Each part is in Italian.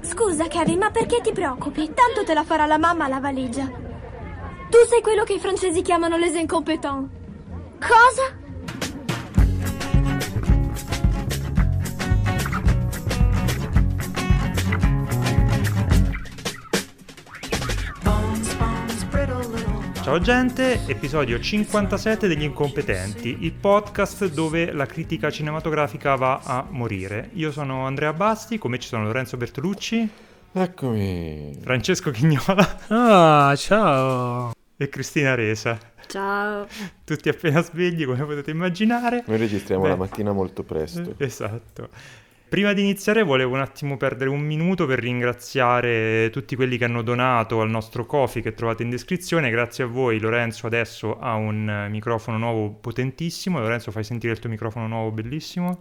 Scusa, Kevin, ma perché ti preoccupi? Tanto te la farà la mamma la valigia. Tu sei quello che i francesi chiamano les incompetents. Cosa? Ciao gente, episodio 57 degli Incompetenti, il podcast dove la critica cinematografica va a morire. Io sono Andrea Basti, con me ci sono Lorenzo Bertolucci. Eccomi. Francesco Chignola. Ah, ciao. E Cristina Resa. Ciao. Tutti appena svegli, come potete immaginare. Noi registriamo la mattina molto presto. Esatto. Prima di iniziare volevo un attimo perdere un minuto per ringraziare tutti quelli che hanno donato al nostro Ko-fi che trovate in descrizione. Grazie a voi Lorenzo adesso ha un microfono nuovo potentissimo. Lorenzo, fai sentire il tuo microfono nuovo bellissimo.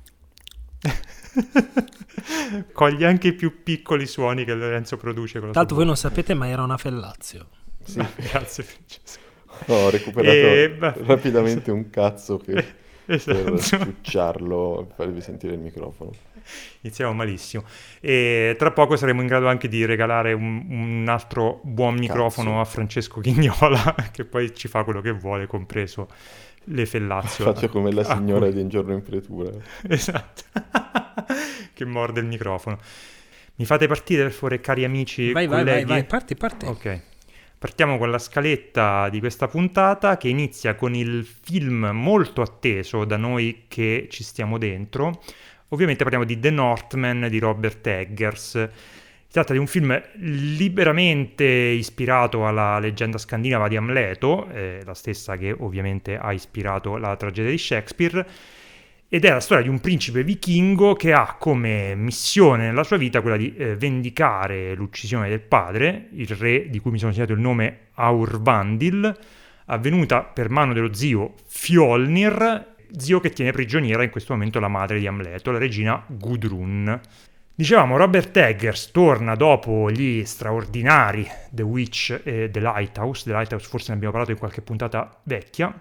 Coglie anche i più piccoli suoni che Lorenzo produce con la Tanto sua voi non sapete, ma era una fellazio. Sì. Grazie Francesco. Ho recuperato rapidamente un cazzo che... Esatto. Per ciucciarlo e farvi sentire il microfono. Iniziamo malissimo. E tra poco saremo in grado anche di regalare un altro buon microfono a Francesco Chignola, che poi ci fa quello che vuole, compreso le fellazio. Faccio come la signora di Un giorno in pretura. Esatto. Che morde il microfono. Mi fate partire per favore, cari amici, colleghi? Vai, parti. Ok. Partiamo con la scaletta di questa puntata che inizia con il film molto atteso da noi che ci stiamo dentro. Ovviamente parliamo di The Northman di Robert Eggers. Si tratta di un film liberamente ispirato alla leggenda scandinava di Amleto, la stessa che ovviamente ha ispirato la tragedia di Shakespeare, ed è la storia di un principe vichingo che ha come missione nella sua vita quella di vendicare l'uccisione del padre, il re di cui mi sono segnato il nome Aurvandil, avvenuta per mano dello zio Fjolnir, zio che tiene prigioniera in questo momento la madre di Amleto, la regina Gudrun. Dicevamo, Robert Eggers torna dopo gli straordinari The Witch e The Lighthouse. The Lighthouse forse ne abbiamo parlato in qualche puntata vecchia.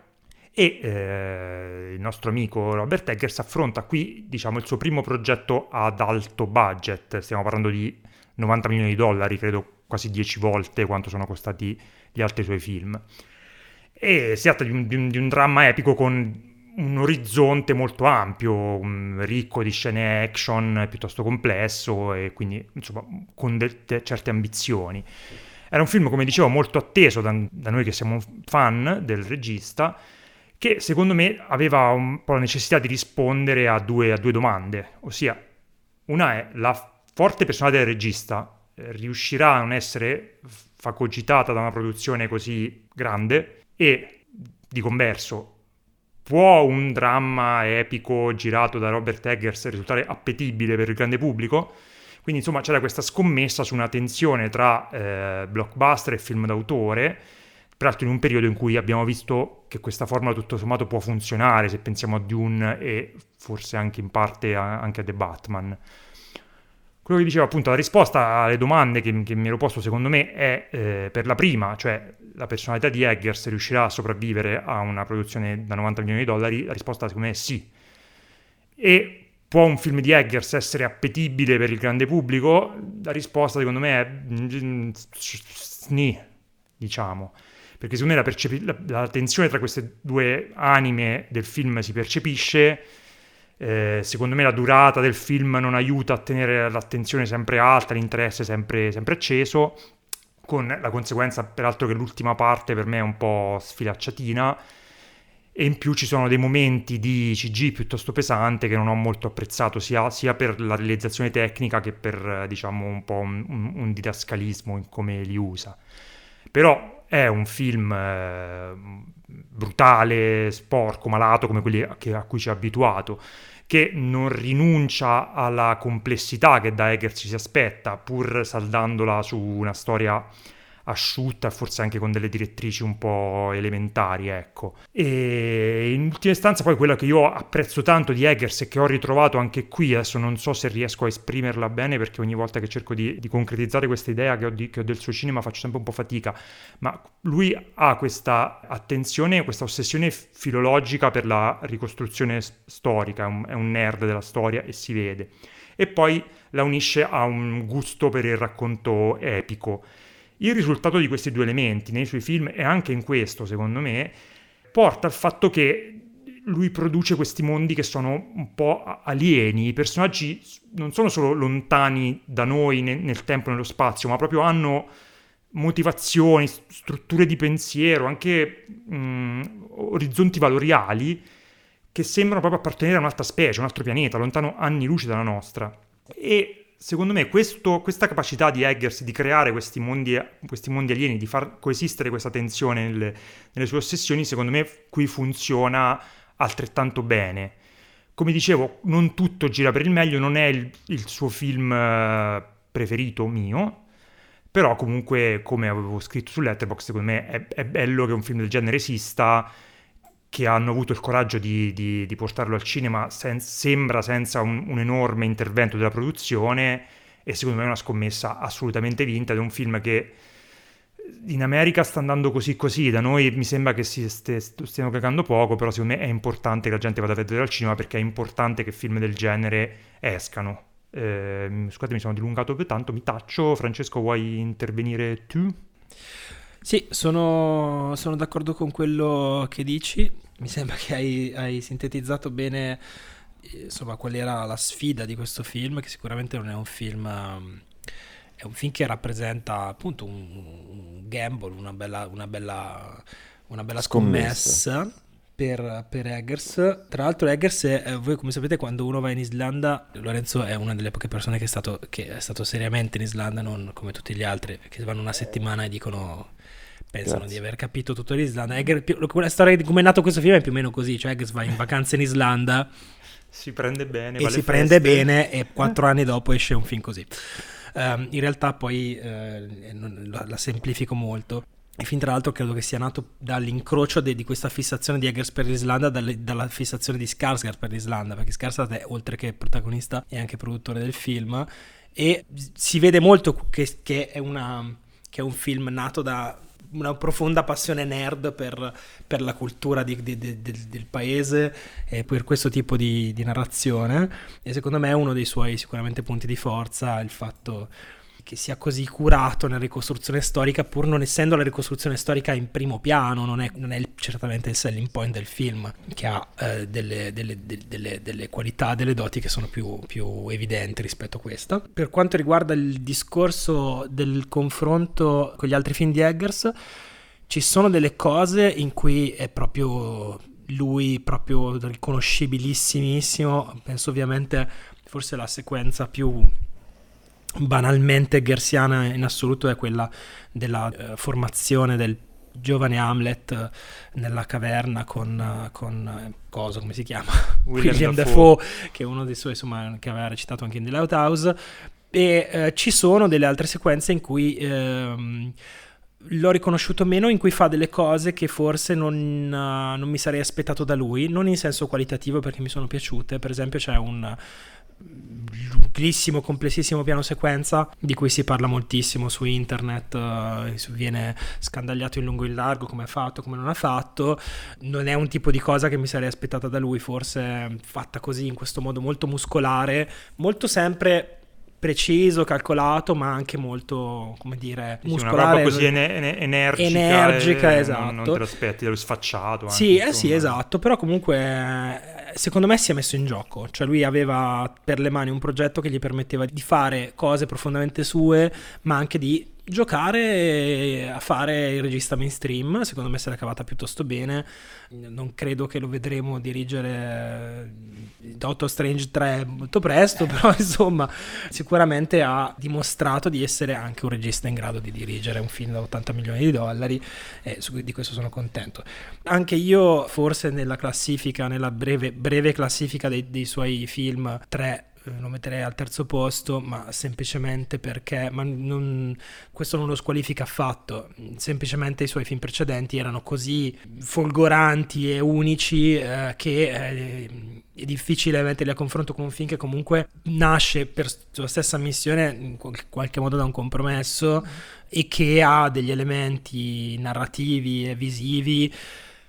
E il nostro amico Robert Eggers affronta qui, diciamo, il suo primo progetto ad alto budget. Stiamo parlando di $90 milioni, credo quasi 10 volte quanto sono costati gli altri suoi film. E si tratta di un dramma epico con un orizzonte molto ampio, ricco di scene action piuttosto complesso e quindi, insomma, con certe ambizioni. Era un film, come dicevo, molto atteso da noi che siamo fan del regista, che secondo me aveva un po' la necessità di rispondere a due domande, ossia una è la forte personalità del regista riuscirà a non essere fagocitata da una produzione così grande e di converso può un dramma epico girato da Robert Eggers risultare appetibile per il grande pubblico? Quindi insomma c'era questa scommessa su una tensione tra blockbuster e film d'autore, peraltro in un periodo in cui abbiamo visto che questa formula tutto sommato può funzionare, se pensiamo a Dune e forse anche in parte anche a The Batman. Quello che dicevo appunto, la risposta alle domande che mi ero posto secondo me è per la prima, cioè la personalità di Eggers riuscirà a sopravvivere a una produzione da $90 milioni? La risposta secondo me è sì. E può un film di Eggers essere appetibile per il grande pubblico? La risposta secondo me è sni, diciamo. Perché secondo me la tensione tra queste due anime del film si percepisce. Secondo me la durata del film non aiuta a tenere l'attenzione sempre alta, l'interesse sempre acceso, con la conseguenza peraltro che l'ultima parte per me è un po' sfilacciatina e in più ci sono dei momenti di CG piuttosto pesante che non ho molto apprezzato sia per la realizzazione tecnica che per, diciamo, un po' un didascalismo in come li usa. Però è un film brutale, sporco, malato, come quelli a cui ci ha abituato, che non rinuncia alla complessità che da Eggers ci si aspetta, pur saldandola su una storia asciutta e forse anche con delle direttrici un po' elementari, ecco. E in ultima istanza poi quello che io apprezzo tanto di Eggers e che ho ritrovato anche qui, adesso non so se riesco a esprimerla bene perché ogni volta che cerco di concretizzare questa idea che ho del suo cinema faccio sempre un po' fatica, ma lui ha questa attenzione, questa ossessione filologica per la ricostruzione storica, è un nerd della storia e si vede. e poi la unisce a un gusto per il racconto epico. Il risultato di questi due elementi nei suoi film, e anche in questo secondo me, porta al fatto che lui produce questi mondi che sono un po' alieni. I personaggi non sono solo lontani da noi nel tempo e nello spazio, ma proprio hanno motivazioni, strutture di pensiero, anche orizzonti valoriali che sembrano proprio appartenere a un'altra specie, a un altro pianeta, lontano anni luce dalla nostra. E secondo me questa capacità di Eggers di creare questi mondi alieni, di far coesistere questa tensione nelle sue ossessioni, secondo me qui funziona altrettanto bene. Come dicevo, non tutto gira per il meglio, non è il suo film preferito mio, però comunque, come avevo scritto su Letterboxd, secondo me è bello che un film del genere esista, che hanno avuto il coraggio di portarlo al cinema sembra senza un enorme intervento della produzione, e secondo me è una scommessa assolutamente vinta. Ed è un film che in America sta andando così, da noi mi sembra che stiano cagando poco, però secondo me è importante che la gente vada a vedere al cinema, perché è importante che film del genere escano. Scusate, mi sono dilungato per tanto, mi taccio. Francesco, vuoi intervenire tu? Sì, sono d'accordo con quello che dici. Mi sembra che hai sintetizzato bene, insomma, qual era la sfida di questo film, che sicuramente non è un film... È un film che rappresenta appunto un gamble, una bella scommessa per Eggers. Tra l'altro Eggers, voi come sapete, quando uno va in Islanda, Lorenzo è una delle poche persone che è stato seriamente in Islanda, non come tutti gli altri che vanno una settimana e pensano Grazie. Di aver capito tutto l'Islanda. La storia di come è nato questo film è più o meno così, cioè Eggers va in vacanza in Islanda, si prende bene, e 4 anni dopo esce un film così. In realtà poi la semplifico molto. Il film, tra l'altro, credo che sia nato dall'incrocio di questa fissazione di Eggers per l'Islanda, dalla fissazione di Skarsgård per l'Islanda, perché Skarsgård è, oltre che protagonista, è anche produttore del film, e si vede molto che è un film nato da una profonda passione nerd per la cultura del paese e per questo tipo di narrazione. E secondo me è uno dei suoi sicuramente punti di forza il fatto che sia così curato nella ricostruzione storica, pur non essendo la ricostruzione storica in primo piano. Non è certamente il selling point del film, che ha delle qualità, delle doti che sono più evidenti rispetto a questa. Per quanto riguarda il discorso del confronto con gli altri film di Eggers, ci sono delle cose in cui è proprio lui, proprio riconoscibilissimo. Penso ovviamente, forse la sequenza più banalmente eggersiana in assoluto è quella della formazione del giovane Hamlet nella caverna con cosa, come si chiama? William Dafoe, che è uno dei suoi, insomma, che aveva recitato anche in The Lighthouse. E ci sono delle altre sequenze in cui l'ho riconosciuto meno, in cui fa delle cose che forse non mi sarei aspettato da lui, non in senso qualitativo, perché mi sono piaciute. Per esempio c'è un lunghissimo, complessissimo piano sequenza di cui si parla moltissimo su internet, viene scandagliato in lungo e in largo, come ha fatto, come non ha fatto. Non è un tipo di cosa che mi sarei aspettata da lui, forse fatta così, in questo modo molto muscolare, molto sempre preciso, calcolato, ma anche molto, come dire, muscolare. Una roba così energica, esatto. Non te l'aspetti, dello sfacciato. Sì, sì, esatto, però comunque secondo me si è messo in gioco. Cioè lui aveva per le mani un progetto che gli permetteva di fare cose profondamente sue, ma anche di giocare a fare il regista mainstream. Secondo me se l'è cavata piuttosto bene. Non credo che lo vedremo dirigere Doctor Strange 3 molto presto, però insomma sicuramente ha dimostrato di essere anche un regista in grado di dirigere un film da 80 milioni di dollari, e di questo sono contento. Anche io forse nella classifica, nella breve classifica dei suoi film, 3 lo metterei al terzo posto, ma semplicemente perché questo non lo squalifica affatto, semplicemente i suoi film precedenti erano così folgoranti e unici che è difficile metterli a confronto con un film che comunque nasce per sua stessa missione in qualche modo da un compromesso e che ha degli elementi narrativi e visivi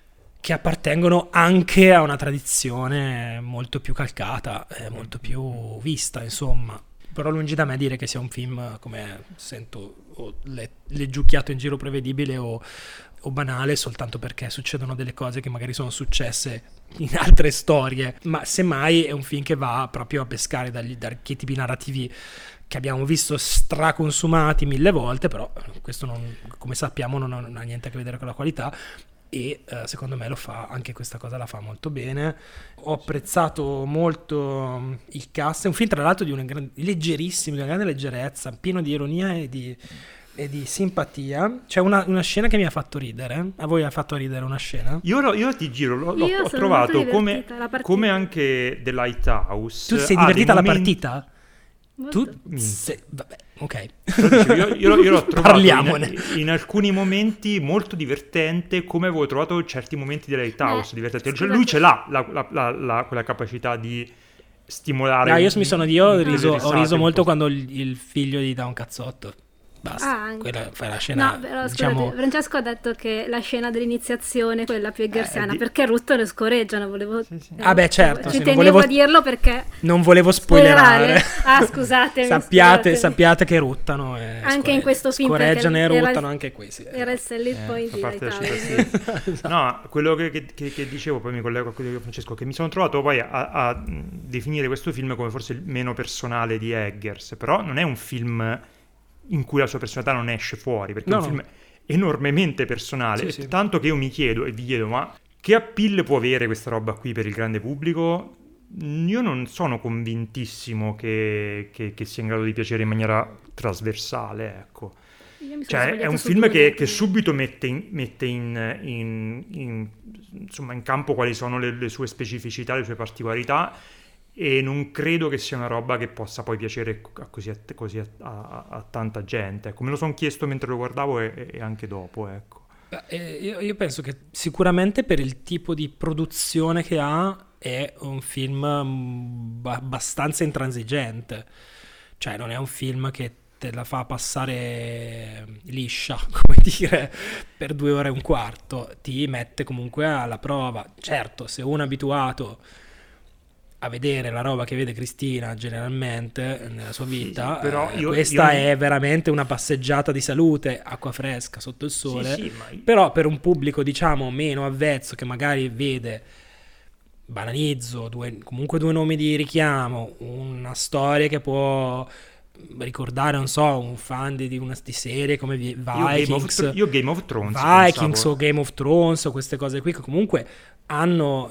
che appartengono anche a una tradizione molto più calcata, molto più vista, insomma. Però lungi da me dire che sia un film, come sento, leggiucchiato in giro, prevedibile o banale, soltanto perché succedono delle cose che magari sono successe in altre storie, ma semmai è un film che va proprio a pescare dagli archetipi narrativi che abbiamo visto straconsumati 1000 volte, però questo come sappiamo non ha niente a che vedere con la qualità, e secondo me anche questa cosa la fa molto bene. Ho apprezzato molto il cast, è un film tra l'altro leggerissimo, di una grande leggerezza, pieno di ironia e di simpatia. C'è una scena che mi ha fatto ridere. A voi ha fatto ridere una scena? Io ti giro, ho trovato come anche The Lighthouse. Tu sei divertita alla partita? Molto. Vabbè, ok. Io l'ho trovato Parliamone. in alcuni momenti molto divertente, come avevo trovato certi momenti di Lighthouse divertenti. Cioè, lui ce l'ha quella capacità di stimolare. No, ho riso molto quando il figlio gli dà un cazzotto. Basta, quella fai la scena. No, però scusate, Francesco ha detto che la scena dell'iniziazione, quella più eggersiana, perché Rutto le scoreggiano, volevo... beh, certo, ci tenevo a dirlo perché... Non volevo spoilerare. Scusatemi. Sappiate che ruttano. Anche in questo film. Scorreggiano e ruttano anche qui. Sì. Era il selling point di Lighthouse. No, quello che dicevo, poi mi collego a quello di Francesco, che mi sono trovato poi a definire questo film come forse il meno personale di Eggers, però non è un film in cui la sua personalità non esce fuori, perché è un film enormemente personale, tanto che io mi chiedo e vi chiedo, ma che appeal può avere questa roba qui per il grande pubblico? Io non sono convintissimo che sia in grado di piacere in maniera trasversale, ecco. Cioè è un film che subito mette in campo quali sono le sue specificità, le sue particolarità, e non credo che sia una roba che possa poi piacere a tanta gente. Ecco, me lo sono chiesto mentre lo guardavo e anche dopo, ecco. Io penso che sicuramente per il tipo di produzione che ha è un film abbastanza intransigente, cioè non è un film che te la fa passare liscia, come dire, per 2 ore e un quarto, ti mette comunque alla prova. Certo, se uno è abituato a vedere la roba che vede Cristina generalmente nella sua vita, però questa è veramente una passeggiata di salute, acqua fresca sotto il sole, però per un pubblico diciamo meno avvezzo, che magari vede, banalizzo, comunque 2 nomi di richiamo, una storia che può ricordare, non so, un fan di serie come Vikings, io Game of Thrones o Game of Thrones o queste cose qui, che comunque hanno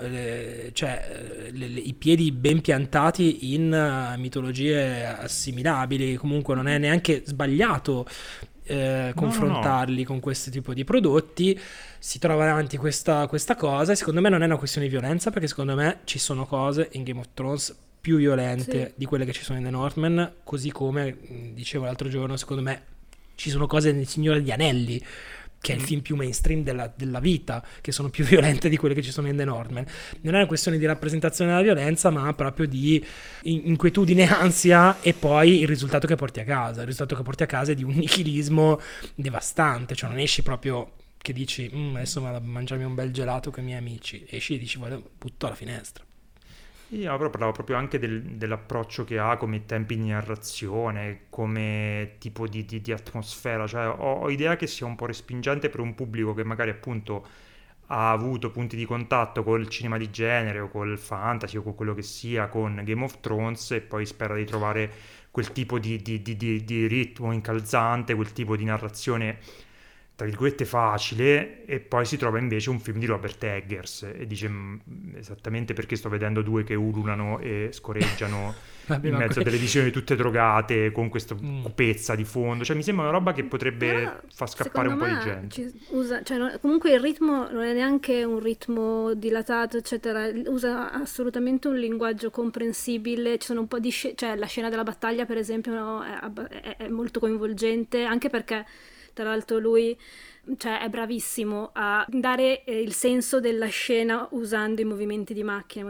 i piedi ben piantati in mitologie assimilabili. Comunque non è neanche sbagliato confrontarli con questo tipo di prodotti. Si trova davanti questa cosa, e secondo me non è una questione di violenza, perché secondo me ci sono cose in Game of Thrones più violente di quelle che ci sono in The Northman, così come dicevo l'altro giorno, secondo me ci sono cose nel Signore degli Anelli, che è il film più mainstream della vita, che sono più violente di quelle che ci sono in The Northman. Non è una questione di rappresentazione della violenza, ma proprio di inquietudine, ansia, e poi il risultato che porti a casa. Il risultato che porti a casa è di un nichilismo devastante, cioè non esci proprio che dici adesso vado a mangiarmi un bel gelato con i miei amici, esci e dici butto alla finestra. Io parlavo proprio anche dell'approccio che ha come tempi di narrazione, come tipo di atmosfera. Cioè ho idea che sia un po' respingente per un pubblico che magari appunto ha avuto punti di contatto col cinema di genere o col fantasy o con quello che sia, con Game of Thrones, e poi spera di trovare quel tipo di ritmo incalzante, quel tipo di narrazione tra virgolette facile, e poi si trova invece un film di Robert Eggers e dice esattamente perché sto vedendo 2 che ululano e scoreggiano in mezzo a televisioni tutte drogate con questa cupezza di fondo. Cioè mi sembra una roba che potrebbe far scappare un po' di gente. Comunque il ritmo non è neanche un ritmo dilatato eccetera, usa assolutamente un linguaggio comprensibile. Ci sono un po' di cioè la scena della battaglia per esempio è molto coinvolgente, anche perché tra l'altro lui cioè è bravissimo a dare il senso della scena usando i movimenti di macchina,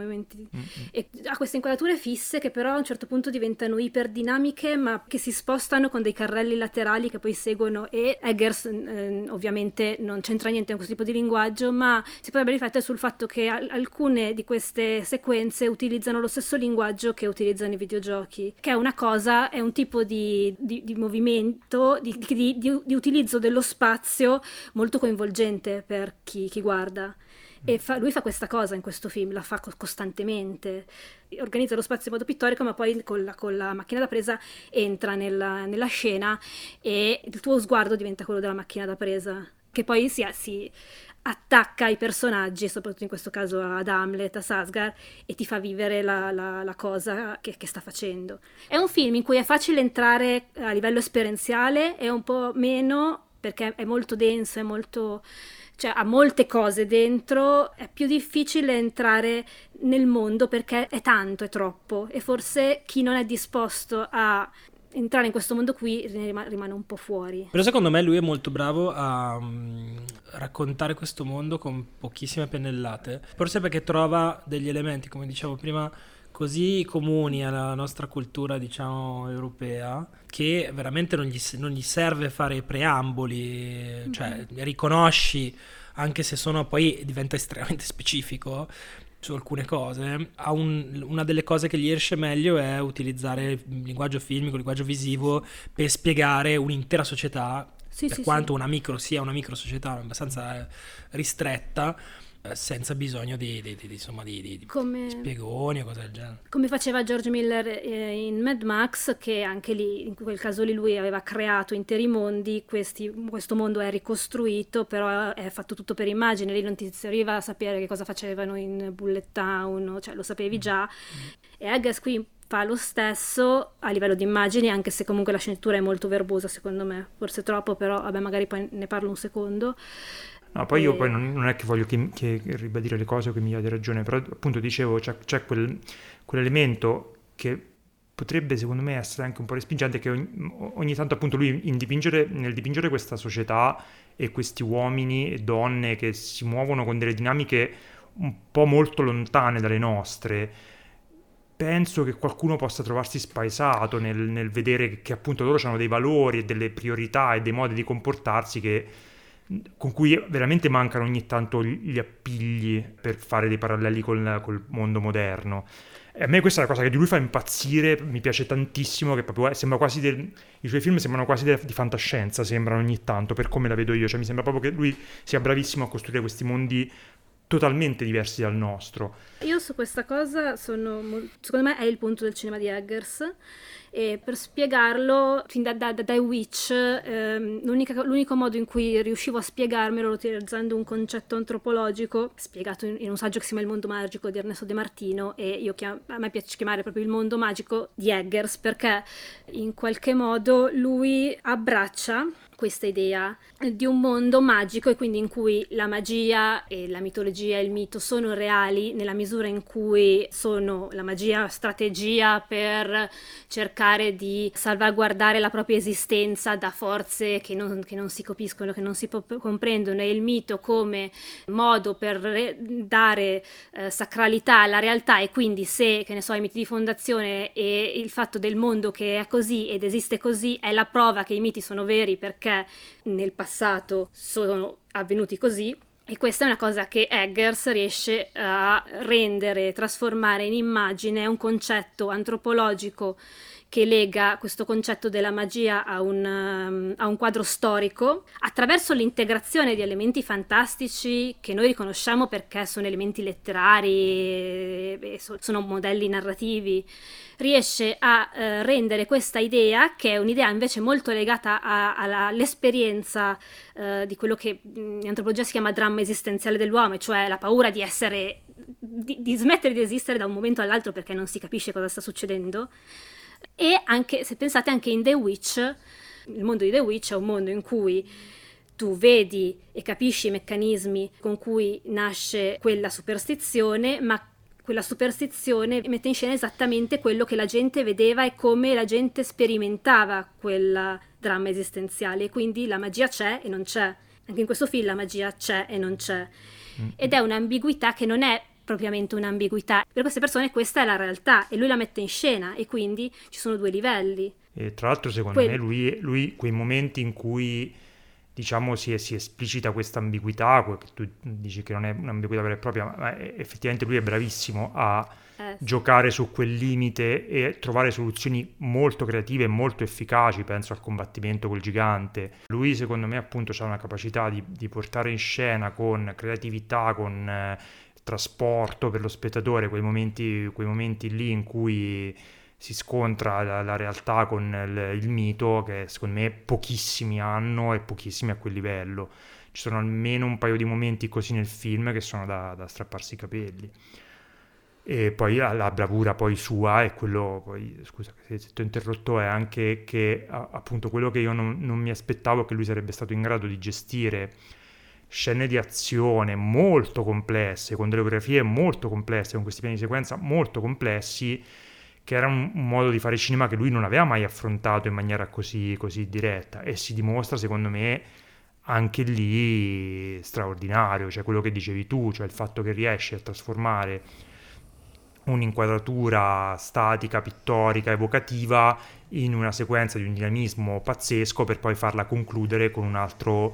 e ha queste inquadrature fisse che però a un certo punto diventano iperdinamiche, ma che si spostano con dei carrelli laterali che poi seguono, e Eggers ovviamente non c'entra niente con questo tipo di linguaggio, ma si potrebbe riflettere sul fatto che alcune di queste sequenze utilizzano lo stesso linguaggio che utilizzano i videogiochi, che è un tipo di movimento, di utilizzo dello spazio molto coinvolgente per chi guarda. E lui fa questa cosa in questo film, la fa costantemente, organizza lo spazio in modo pittorico, ma poi con la macchina da presa entra nella scena e il tuo sguardo diventa quello della macchina da presa, che poi si attacca ai personaggi, soprattutto in questo caso ad Hamlet, a Sasgar, e ti fa vivere la cosa che sta facendo. È un film in cui è facile entrare a livello esperienziale e un po' meno, perché è molto denso, cioè ha molte cose dentro, è più difficile entrare nel mondo perché è tanto, è troppo, e forse chi non è disposto a entrare in questo mondo qui rimane un po' fuori. Però secondo me lui è molto bravo a raccontare questo mondo con pochissime pennellate, forse perché trova degli elementi, come dicevo prima, così comuni alla nostra cultura, diciamo, europea, che veramente non gli serve fare preamboli, cioè riconosci, anche se poi diventa estremamente specifico su alcune cose. Una delle cose che gli esce meglio è utilizzare il linguaggio filmico, il linguaggio visivo per spiegare un'intera società, quanto una micro società abbastanza ristretta, senza bisogno di spiegoni o cose del genere. Come faceva George Miller in Mad Max, che anche lì, in quel caso lì, lui aveva creato interi mondi, questo mondo è ricostruito, però è fatto tutto per immagine, lì non ti serviva a sapere che cosa facevano in Bullet Town, cioè lo sapevi già. E Eggers qui fa lo stesso a livello di immagini, anche se comunque la sceneggiatura è molto verbosa secondo me, forse troppo, però vabbè, magari poi ne parlo un secondo. No, poi io poi non è che voglio che ribadire le cose o che mi diate ragione, però appunto dicevo c'è quell'elemento che potrebbe secondo me essere anche un po' respingente, che ogni tanto appunto lui nel dipingere questa società e questi uomini e donne che si muovono con delle dinamiche un po' molto lontane dalle nostre, penso che qualcuno possa trovarsi spaesato nel vedere che appunto loro hanno dei valori e delle priorità e dei modi di comportarsi con cui veramente mancano ogni tanto gli appigli per fare dei paralleli col mondo moderno. E a me questa è la cosa che di lui fa impazzire, mi piace tantissimo, che proprio sembra quasi i suoi film sembrano quasi di fantascienza, sembrano ogni tanto, per come la vedo io, cioè mi sembra proprio che lui sia bravissimo a costruire questi mondi totalmente diversi dal nostro. Io su questa cosa secondo me è il punto del cinema di Eggers, e per spiegarlo fin da The Witch l'unico modo in cui riuscivo a spiegarmelo utilizzando un concetto antropologico spiegato in un saggio che si chiama Il mondo magico di Ernesto De Martino, e a me piace chiamare proprio il mondo magico di Eggers perché in qualche modo lui abbraccia questa idea di un mondo magico, e quindi in cui la magia e la mitologia e il mito sono reali nella misura in cui sono la magia strategia per cercare di salvaguardare la propria esistenza da forze che non si capiscono, che non si comprendono, e il mito come modo per dare sacralità alla realtà, e quindi se, che ne so, i miti di fondazione e il fatto del mondo che è così ed esiste così è la prova che i miti sono veri perché nel passato sono avvenuti così. E questa è una cosa che Eggers riesce a rendere, trasformare in immagine, è un concetto antropologico che lega questo concetto della magia a un quadro storico attraverso l'integrazione di elementi fantastici che noi riconosciamo perché sono elementi letterari e sono modelli narrativi. Riesce a rendere questa idea, che è un'idea invece molto legata all'esperienza di quello che in antropologia si chiama dramma esistenziale dell'uomo, cioè la paura di smettere di esistere da un momento all'altro perché non si capisce cosa sta succedendo. E anche, se pensate, anche in The Witch, il mondo di The Witch è un mondo in cui tu vedi e capisci i meccanismi con cui nasce quella superstizione, ma quella superstizione mette in scena esattamente quello che la gente vedeva e come la gente sperimentava quel dramma esistenziale, quindi la magia c'è e non c'è. Anche in questo film la magia c'è e non c'è. Ed è un'ambiguità che non è propriamente un'ambiguità. Per queste persone questa è la realtà e lui la mette in scena e quindi ci sono due livelli. E tra l'altro secondo me lui quei momenti in cui diciamo si esplicita questa ambiguità, che tu dici che non è un'ambiguità vera e propria, ma effettivamente lui è bravissimo a giocare su quel limite e trovare soluzioni molto creative e molto efficaci. Penso al combattimento col gigante. Lui secondo me appunto ha una capacità di portare in scena con creatività, con trasporto per lo spettatore quei momenti lì in cui si scontra la realtà con il mito, che secondo me pochissimi hanno e pochissimi a quel livello. Ci sono almeno un paio di momenti così nel film che sono da strapparsi i capelli. E poi la bravura poi sua è quello, poi scusa se ti ho interrotto, è anche che appunto quello che io non mi aspettavo, che lui sarebbe stato in grado di gestire scene di azione molto complesse, con delle coreografie molto complesse, con questi piani di sequenza molto complessi, che era un modo di fare cinema che lui non aveva mai affrontato in maniera così diretta, e si dimostra secondo me anche lì straordinario. Cioè quello che dicevi tu, cioè il fatto che riesce a trasformare un'inquadratura statica, pittorica, evocativa in una sequenza di un dinamismo pazzesco, per poi farla concludere con un altro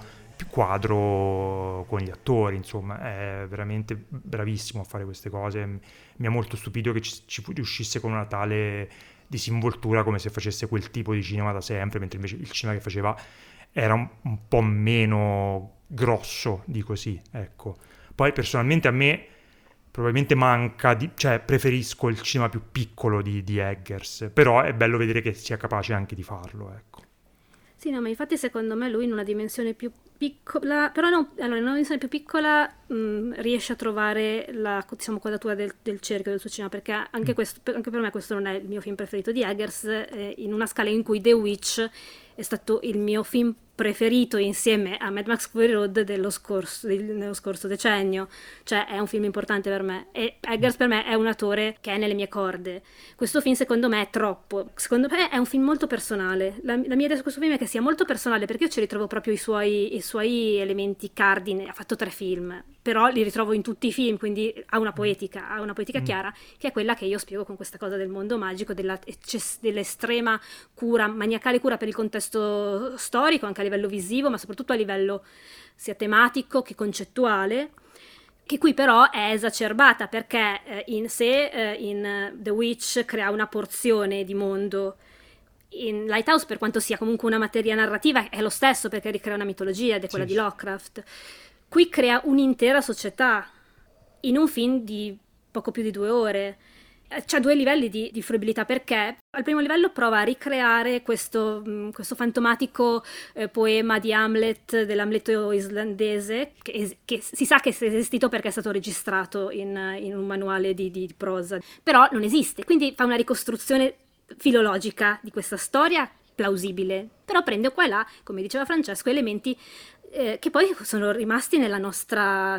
quadro con gli attori. Insomma, è veramente bravissimo a fare queste cose. Mi ha molto stupito che ci riuscisse con una tale disinvoltura, come se facesse quel tipo di cinema da sempre, mentre invece il cinema che faceva era un po' meno grosso di così, ecco. Poi personalmente a me probabilmente manca, cioè preferisco il cinema più piccolo di Eggers, però è bello vedere che sia capace anche di farlo, ecco. Sì, no, ma infatti secondo me lui in una dimensione più piccola, però no, allora in una dimensione più piccola riesce a trovare la, diciamo, quadratura del cerchio del suo cinema, perché anche per me questo non è il mio film preferito di Eggers, in una scala in cui The Witch è stato il mio film preferito insieme a Mad Max Fury Road dello scorso decennio. Cioè è un film importante per me, e Eggers per me è un attore che è nelle mie corde. Questo film secondo me è troppo, secondo me è un film molto personale. La mia idea su questo film è che sia molto personale, perché io ci ritrovo proprio i suoi elementi cardine. Ha fatto 3 film, però li ritrovo in tutti i film, quindi ha una poetica chiara, che è quella che io spiego con questa cosa del mondo magico, dell'estrema cura, maniacale cura per il contesto storico, anche a livello visivo, ma soprattutto a livello sia tematico che concettuale, che qui però è esacerbata, perché in The Witch crea una porzione di mondo. In Lighthouse, per quanto sia comunque una materia narrativa, è lo stesso, perché ricrea una mitologia ed è quella di Lovecraft. Qui crea un'intera società in un film di poco più di 2 ore. C'ha 2 livelli di fruibilità, perché al primo livello prova a ricreare questo fantomatico poema di Hamlet, dell'Amleto islandese, che si sa che è esistito perché è stato registrato in un manuale di prosa, però non esiste, quindi fa una ricostruzione filologica di questa storia plausibile, però prende qua e là, come diceva Francesco, elementi che poi sono rimasti nella nostra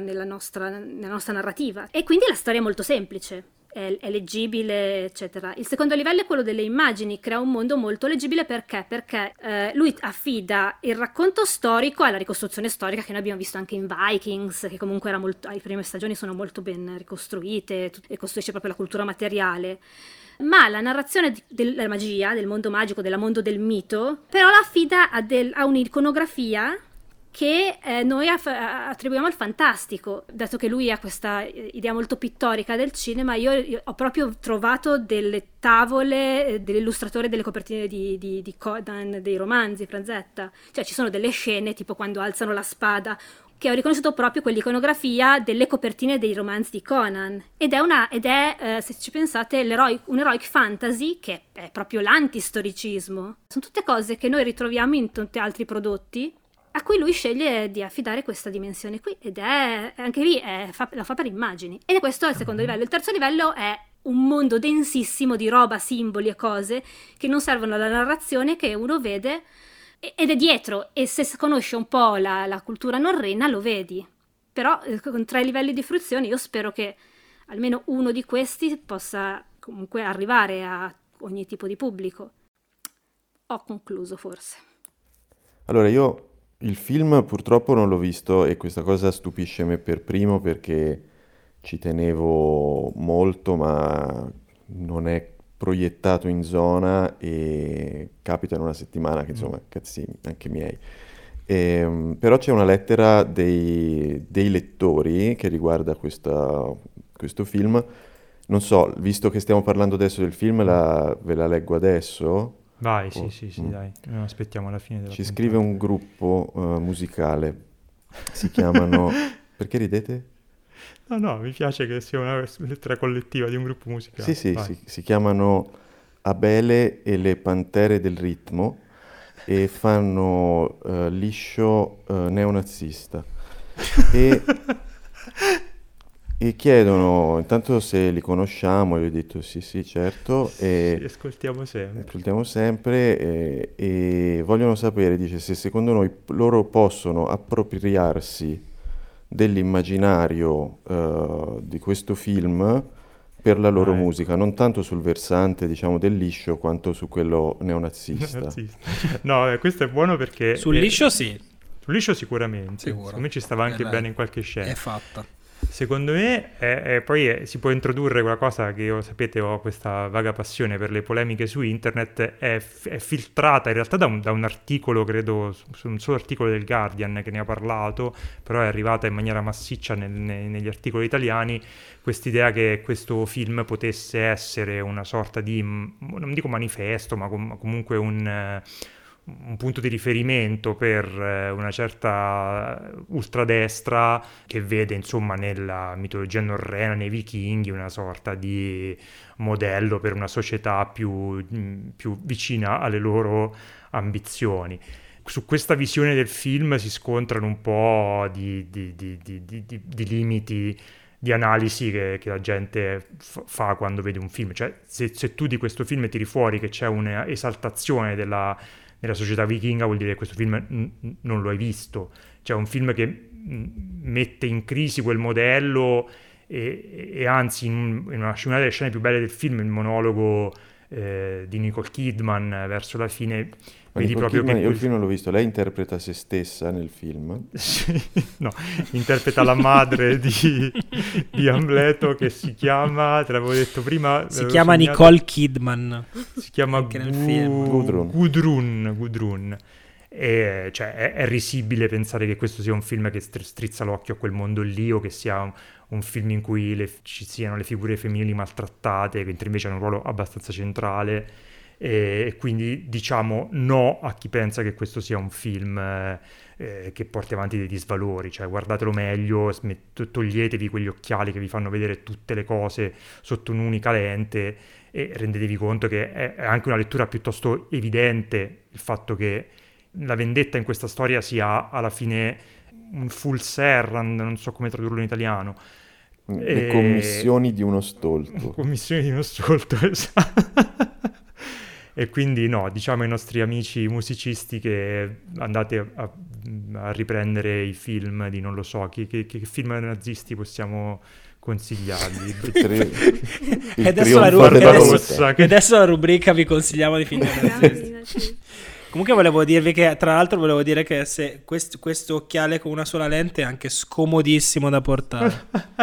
narrativa, e quindi la storia è molto semplice, è leggibile, eccetera. Il secondo livello è quello delle immagini, crea un mondo molto leggibile, perché lui affida il racconto storico alla ricostruzione storica, che noi abbiamo visto anche in Vikings, che comunque era le prime stagioni sono molto ben ricostruite e costruisce proprio la cultura materiale. Ma la narrazione della magia, del mondo magico, del mondo del mito, però la affida a un'iconografia che noi attribuiamo al fantastico. Dato che lui ha questa idea molto pittorica del cinema, io ho proprio trovato delle tavole dell'illustratore delle copertine di Conan, dei romanzi, Frazetta. Cioè ci sono delle scene, tipo quando alzano la spada, che ho riconosciuto proprio quell'iconografia delle copertine dei romanzi di Conan. Ed è se ci pensate, un heroic fantasy che è proprio l'antistoricismo. Sono tutte cose che noi ritroviamo in tanti altri prodotti, a cui lui sceglie di affidare questa dimensione qui, ed è anche lì la fa per immagini. Ed è questo il secondo livello. Il terzo livello è un mondo densissimo di roba, simboli e cose che non servono alla narrazione, che uno vede ed è dietro, e se conosce un po' la cultura norrena lo vedi. Però con 3 livelli di fruizione io spero che almeno uno di questi possa comunque arrivare a ogni tipo di pubblico. Ho concluso, forse. Allora, io Il film purtroppo non l'ho visto e questa cosa stupisce me per primo perché ci tenevo molto, ma non è proiettato in zona e capita in una settimana che insomma, cazzi anche miei. Però c'è una lettera dei lettori che riguarda questo film. Non so, visto che stiamo parlando adesso del film, ve la leggo adesso. Vai, sì, dai. Aspettiamo alla fine della Ci puntata. scrive un gruppo musicale. Si chiamano... Perché ridete? No, mi piace che sia una lettera collettiva di un gruppo musicale. Sì, Vai. si chiamano Abele e le Pantere del Ritmo e fanno liscio neonazista. E chiedono intanto se li conosciamo, e io ho detto sì, certo, Sì, ascoltiamo sempre. ascoltiamo sempre e vogliono sapere, dice, se secondo noi loro possono appropriarsi dell'immaginario di questo film per la loro musica, non tanto sul versante, diciamo, del liscio, quanto su quello neonazista. No, questo è buono perché... Sul liscio sì. Sul liscio sicuramente. Sicuro. Secondo me ci stava anche bene in qualche scena. È fatta. Secondo me poi si può introdurre quella cosa che io, sapete, ho questa vaga passione per le polemiche su internet, è filtrata in realtà da un articolo, credo, su un solo articolo del Guardian che ne ha parlato, però è arrivata in maniera massiccia negli articoli italiani, quest'idea che questo film potesse essere una sorta di, non dico manifesto, ma comunque un punto di riferimento per una certa ultradestra che vede insomma nella mitologia norrena, nei vichinghi, una sorta di modello per una società più vicina alle loro ambizioni. Su questa visione del film si scontrano un po' di limiti di analisi che la gente fa quando vede un film. Cioè, se tu di questo film tiri fuori che c'è un'esaltazione della società vichinga, vuol dire che questo film non lo hai visto. Cioè un film che mette in crisi quel modello e anzi in una delle scene più belle del film, il monologo di Nicole Kidman verso la fine, Ma vedi Nicole proprio Kidman, che io il film non l'ho visto, lei interpreta se stessa nel film? Sì, no, interpreta la madre di Amleto che si chiama, te l'avevo detto prima, si chiama Nicole Kidman, si chiama anche nel film. Gudrun. E, cioè, è risibile pensare che questo sia un film che strizza l'occhio a quel mondo lì, o che sia un film in cui ci siano le figure femminili maltrattate, mentre invece hanno un ruolo abbastanza centrale. E quindi diciamo no a chi pensa che questo sia un film che porti avanti dei disvalori, cioè guardatelo meglio, toglietevi quegli occhiali che vi fanno vedere tutte le cose sotto un'unica lente e rendetevi conto che è anche una lettura piuttosto evidente il fatto che la vendetta in questa storia sia alla fine un full serrand, non so come tradurlo in italiano. Le commissioni di uno stolto. Commissioni di uno stolto, esatto. E quindi no, diciamo ai nostri amici musicisti che andate a riprendere i film di non lo so, che film nazisti possiamo consigliarvi? E adesso la rubrica vi consigliamo di film nazisti. Comunque volevo dirvi che, tra l'altro, se questo occhiale con una sola lente è anche scomodissimo da portare.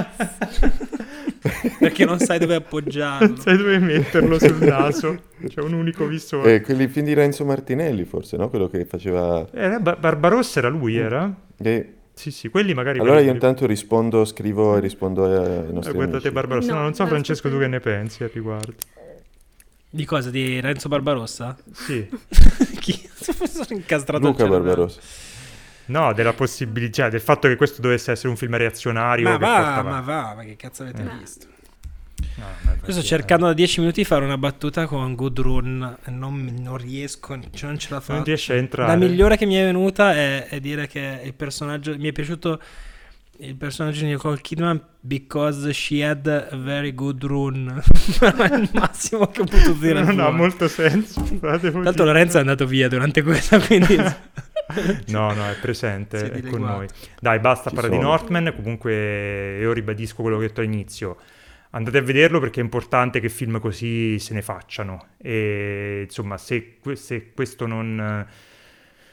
Perché non sai dove appoggiarlo. Non sai dove metterlo sul naso. C'è un unico visore. Quelli film di Renzo Martinelli, forse, no? Quello che faceva... Barbarossa era lui, era? Sì, quelli magari... Allora io intanto scrivo e rispondo ai nostri guardate amici. Barbarossa. No, non so Francesco tu che ne pensi a riguardo. Di cosa? Di Renzo Barbarossa? Sì. Chi? Sono incastrato Luca Barbarossa. No, della possibilità, cioè del fatto che questo dovesse essere un film reazionario. Ma che cazzo avete visto? Io sto cercando da 10 minuti di fare una battuta con Gudrun e non riesco, cioè non ce la faccio. Non riesce a entrare. La migliore che mi è venuta è dire che il personaggio, mi è piaciuto il personaggio di Nicole Kidman because she had a very good run. È il massimo che ho potuto dire. Non ha molto senso. Tanto Lorenzo è andato via durante questa, quindi... No, è presente, è con noi. Dai, basta parlare di Northman. Comunque io ribadisco quello che ho detto all'inizio. Andate a vederlo perché è importante che film così se ne facciano. E insomma, se questo non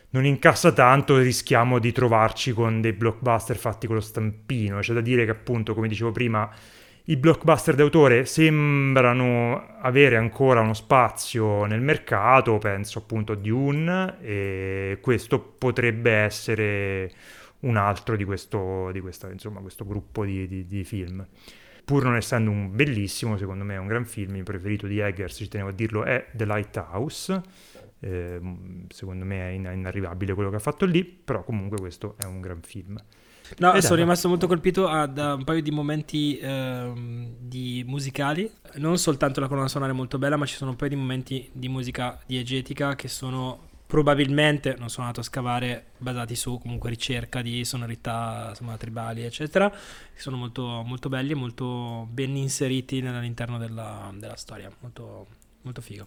non incassa tanto, rischiamo di trovarci con dei blockbuster fatti con lo stampino. C'è da dire che appunto, come dicevo prima, i blockbuster d'autore sembrano avere ancora uno spazio nel mercato, penso appunto a Dune, e questo potrebbe essere un altro di questo gruppo di film. Pur non essendo un bellissimo, secondo me è un gran film, il preferito di Eggers, ci tenevo a dirlo, è The Lighthouse. Secondo me è inarrivabile quello che ha fatto lì, però comunque questo è un gran film. No, sono rimasto molto colpito da un paio di momenti di musicali, non soltanto la colonna sonora è molto bella, ma ci sono un paio di momenti di musica diegetica che sono probabilmente, non sono andato a scavare, basati su comunque ricerca di sonorità, insomma, tribali eccetera, che sono molto, molto belli e molto ben inseriti all'interno della storia, molto, molto figo.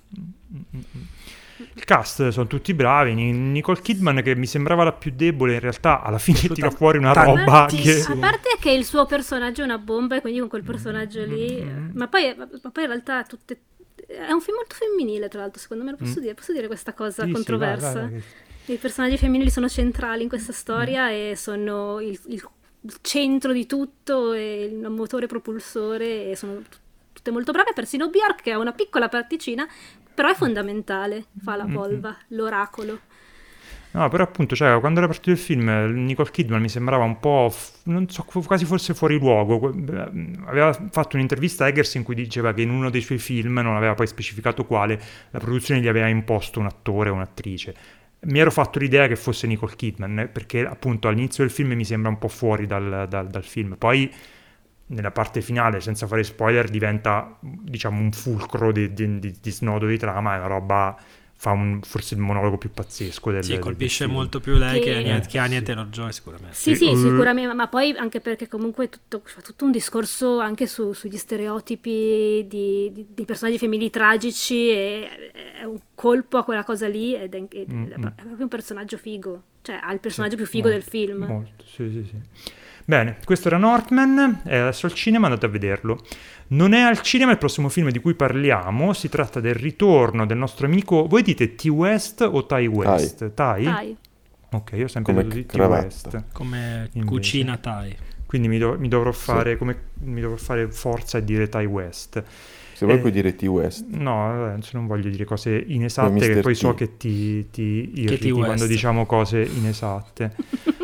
Il cast sono tutti bravi. Nicole Kidman, che mi sembrava la più debole, in realtà alla fine tira fuori una roba che... A parte che il suo personaggio è una bomba, e quindi con quel personaggio lì... Ma poi in realtà è un film molto femminile, tra l'altro, secondo me. Posso dire questa cosa controversa? Vai. I personaggi femminili sono centrali in questa storia e sono il centro di tutto, e il motore propulsore, e sono tutte molto brave. Persino Bjork, che ha una piccola particina, però è fondamentale, fa la volva, l'oracolo. No, però appunto, cioè, quando era partito il film, Nicole Kidman mi sembrava un po', non so, quasi forse fuori luogo. Aveva fatto un'intervista a Eggers in cui diceva che in uno dei suoi film, non aveva poi specificato quale, la produzione gli aveva imposto un attore o un'attrice. Mi ero fatto l'idea che fosse Nicole Kidman, perché appunto all'inizio del film mi sembra un po' fuori dal film. Poi nella parte finale, senza fare spoiler, diventa, diciamo, un fulcro di snodo di trama, è una roba, fa forse il monologo più pazzesco del colpisce del molto più lei che Anya sì. Taylor-Joy, sicuramente. Sì, sicuramente, ma poi anche perché comunque fa tutto un discorso anche sugli stereotipi di personaggi femminili tragici, e è un colpo a quella cosa lì, ed è proprio un personaggio figo, cioè ha il personaggio più figo del film. Molto, sì. Bene, questo era Northman, è adesso al cinema, andate a vederlo. Non è al cinema il prossimo film di cui parliamo, si tratta del ritorno del nostro amico, voi dite T-West o Ty West? Ty? Ok, io ho sempre detto di T-West. Come invece. cucina Thai. Quindi mi dovrò fare mi dovrò fare forza e dire Ty West. Se vuoi puoi dire T-West. No, non voglio dire cose inesatte, che poi so che ti irriti quando diciamo cose inesatte.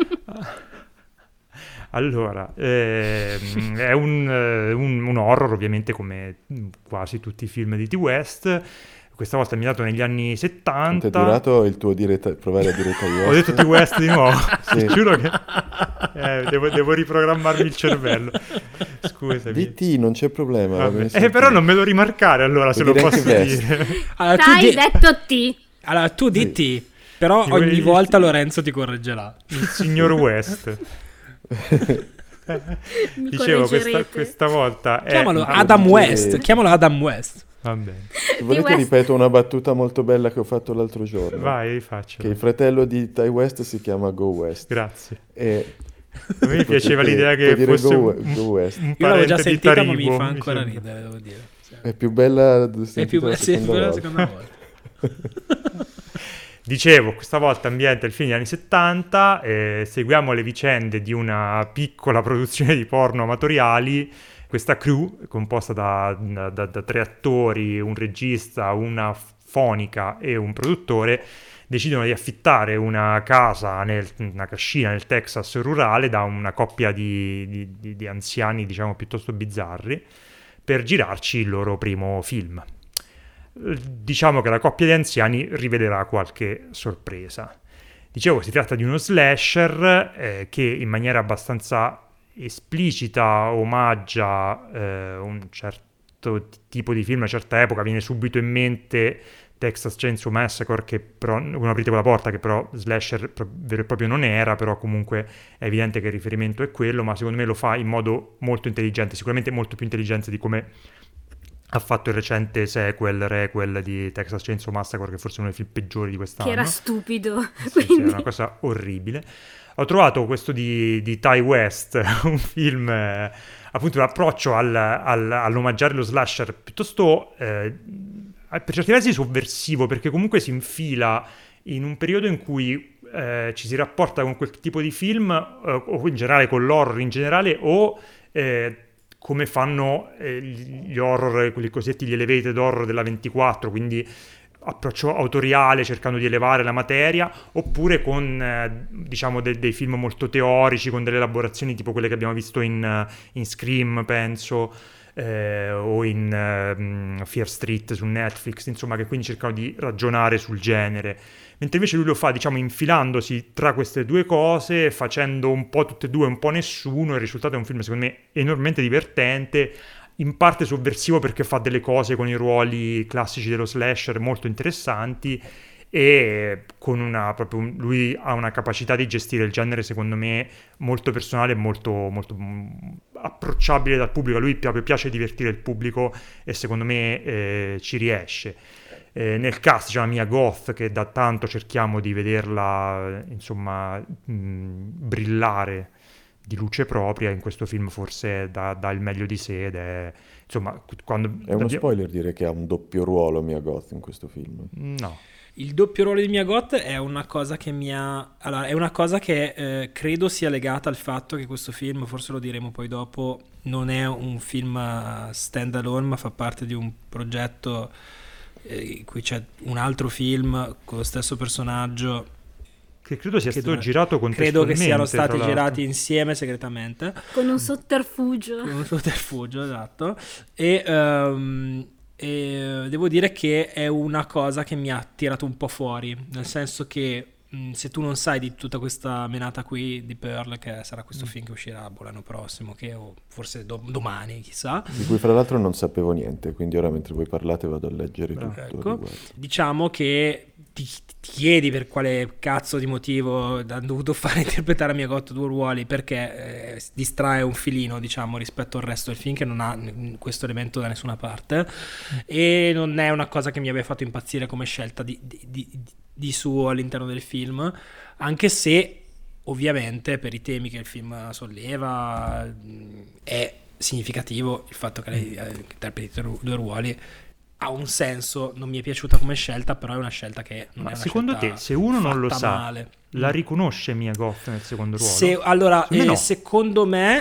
Allora, è un horror, ovviamente, come quasi tutti i film di T-West. Questa volta ambientato negli anni 70. Ti è durato il tuo provare a dire T-West? Ho detto T-West di nuovo. Sì. Giuro che devo riprogrammarmi il cervello. Scusami. DT, non c'è problema. Però non me lo rimarcare, allora, se lo posso dire. Allora, Hai detto T. Allora, tu di T, però ogni volta Lorenzo ti correggerà. Il signor West. Dicevo, questa volta chiamalo Adam West. Chiamalo Adam West. Va bene. Se volete ripeto una battuta molto bella che ho fatto l'altro giorno. Vai, faccio. Che il fratello di Ty West si chiama Go West. Grazie. E a me piaceva l'idea che fosse Go West. un Io l'avevo già parente di sentita, ma Taribo, mi fa ancora ridere, devo dire. È più bella la seconda volta. Dicevo, questa volta ambienta il film degli anni 70, seguiamo le vicende di una piccola produzione di porno amatoriali. Questa crew, composta da 3 attori, un regista, una fonica e un produttore, decidono di affittare una casa, una cascina nel Texas rurale, da una coppia di anziani, diciamo, piuttosto bizzarri, per girarci il loro primo film. Diciamo che la coppia di anziani rivelerà qualche sorpresa. Dicevo, si tratta di uno slasher che in maniera abbastanza esplicita omaggia un certo tipo di film, a una certa epoca. Viene subito in mente Texas Chainsaw Massacre, che però, non aprite quella porta, che però slasher vero e proprio non era, però comunque è evidente che il riferimento è quello, ma secondo me lo fa in modo molto intelligente, sicuramente molto più intelligente di come ha fatto il recente requel di Texas Chainsaw Massacre, che forse è uno dei film peggiori di quest'anno. Che era stupido. Sì, è una cosa orribile. Ho trovato questo di Ty West, un film, appunto, un approccio all'omaggiare lo slasher piuttosto, per certi versi, sovversivo, perché comunque si infila in un periodo in cui ci si rapporta con quel tipo di film, o in generale con l'horror in generale, o come fanno gli horror, quelli cosiddetti gli elevated horror della 24, quindi approccio autoriale cercando di elevare la materia, oppure con diciamo dei film molto teorici, con delle elaborazioni tipo quelle che abbiamo visto in Scream, penso, o in Fear Street su Netflix, insomma, che quindi cercano di ragionare sul genere. Mentre invece lui lo fa, diciamo, infilandosi tra queste due cose, facendo un po' tutte e due, un po' nessuno, e il risultato è un film, secondo me, enormemente divertente, in parte sovversivo perché fa delle cose con i ruoli classici dello slasher molto interessanti, e con lui ha una capacità di gestire il genere, secondo me, molto personale e molto, molto approcciabile dal pubblico. A lui proprio piace divertire il pubblico e secondo me ci riesce. Nel cast c'è la Mia Goth, che da tanto cerchiamo di vederla, insomma, brillare di luce propria. In questo film forse dà il meglio di sé, ed è, insomma, quando... È uno spoiler dire che ha un doppio ruolo Mia Goth in questo film. No. Il doppio ruolo di Mia Goth è una cosa che allora, è una cosa che credo sia legata al fatto che questo film, forse lo diremo poi dopo, non è un film stand alone, ma fa parte di un progetto in cui c'è un altro film con lo stesso personaggio, che credo sia stato girato contestualmente. Credo che siano stati girati insieme segretamente. Con un sotterfugio. Con un sotterfugio, esatto. E devo dire che è una cosa che mi ha tirato un po' fuori, nel senso che se tu non sai di tutta questa menata qui di Pearl, che sarà questo film che uscirà l'anno prossimo, o forse domani, chissà, di cui fra l'altro non sapevo niente, quindi ora mentre voi parlate vado a leggere tutto. Ecco, diciamo che ti chiedi per quale cazzo di motivo hanno dovuto fare interpretare a Mia Goth due ruoli, perché distrae un filino, diciamo, rispetto al resto del film, che non ha questo elemento da nessuna parte, e non è una cosa che mi abbia fatto impazzire come scelta di suo all'interno del film, anche se ovviamente per i temi che il film solleva è significativo il fatto che lei interpreti due ruoli. Ha un senso, non mi è piaciuta come scelta, però è una scelta che non è una secondo scelta te, se uno non lo sa, male, la riconosce Mia Goth nel secondo ruolo? Allora, no. secondo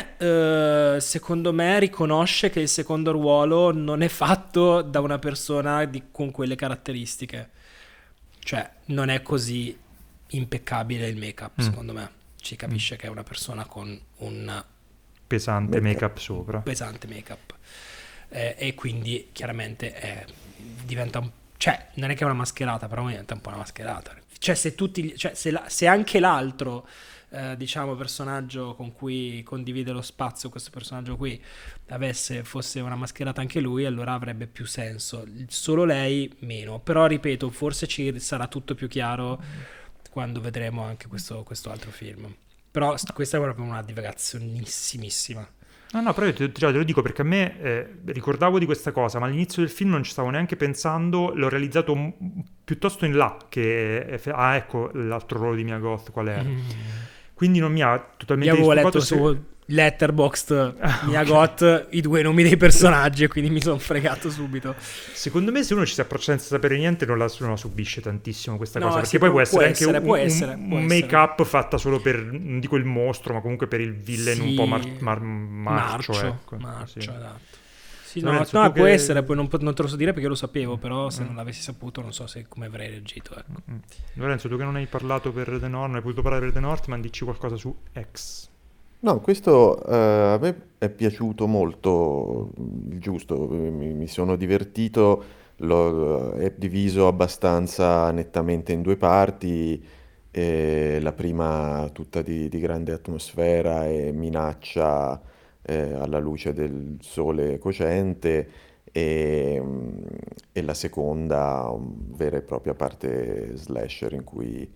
me riconosce che il secondo ruolo non è fatto da una persona con quelle caratteristiche, cioè non è così impeccabile il make-up, secondo me. Si capisce che è una persona con un pesante make-up sopra. Pesante make-up. E quindi chiaramente diventa cioè non è che è una mascherata, però diventa un po' una mascherata. Cioè se anche l'altro diciamo personaggio con cui condivide lo spazio, questo personaggio qui, fosse una mascherata anche lui, allora avrebbe più senso. Solo lei meno. Però ripeto, forse ci sarà tutto più chiaro quando vedremo anche questo altro film. Però questa è proprio una divagazionissimissima. No, però io te lo dico perché a me ricordavo di questa cosa, ma all'inizio del film non ci stavo neanche pensando, l'ho realizzato piuttosto in là, che ecco l'altro ruolo di Mia Goth qual era. Quindi non mi ha totalmente io avevo letto disturbato su Letterboxd Mia Goth i due nomi dei personaggi e quindi mi sono fregato subito. Secondo me se uno ci si approccia senza sapere niente non la subisce tantissimo questa cosa, perché sì, poi può essere un make-up fatta solo per, non dico il mostro, ma comunque per il villain un po' marcio, ecco. Marcio, sì. Esatto. Sì, Lorenzo, no, tu può che... essere, poi non te lo so dire perché lo sapevo, però se non l'avessi saputo non so come avrei reagito, ecco. Lorenzo, tu che non hai parlato per The Northman, hai potuto parlare per The Northman, dici qualcosa su X. No, questo a me è piaciuto molto, il giusto, mi sono divertito, è diviso abbastanza nettamente in due parti, la prima tutta di grande atmosfera e minaccia alla luce del sole cocente, e la seconda vera e propria parte slasher in cui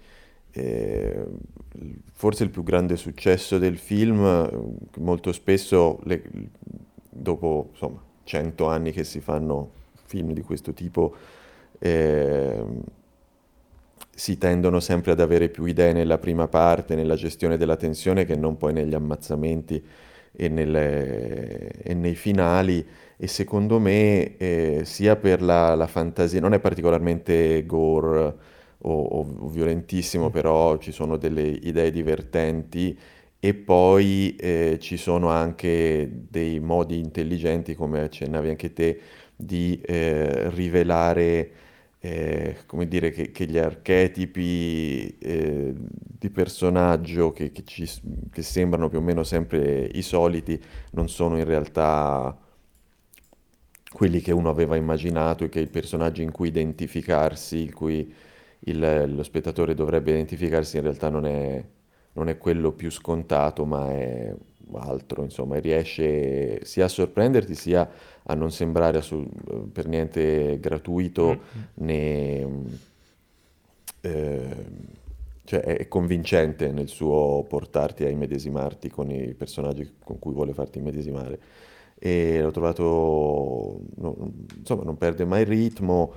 forse il più grande successo del film, molto spesso dopo insomma 100 anni che si fanno film di questo tipo, si tendono sempre ad avere più idee nella prima parte, nella gestione della tensione, che non poi negli ammazzamenti e nei finali. E secondo me sia per la fantasia, non è particolarmente gore, o violentissimo, però ci sono delle idee divertenti e poi ci sono anche dei modi intelligenti, come accennavi anche te, di rivelare, come dire, che gli archetipi di personaggio che sembrano più o meno sempre i soliti, non sono in realtà quelli che uno aveva immaginato e che il personaggio in cui identificarsi, in cui lo spettatore dovrebbe identificarsi, in realtà non è quello più scontato, ma è altro, insomma, e riesce sia a sorprenderti sia a non sembrare per niente gratuito né... eh, cioè è convincente nel suo portarti a immedesimarti con i personaggi con cui vuole farti immedesimare. E l'ho trovato, insomma, non perde mai il ritmo,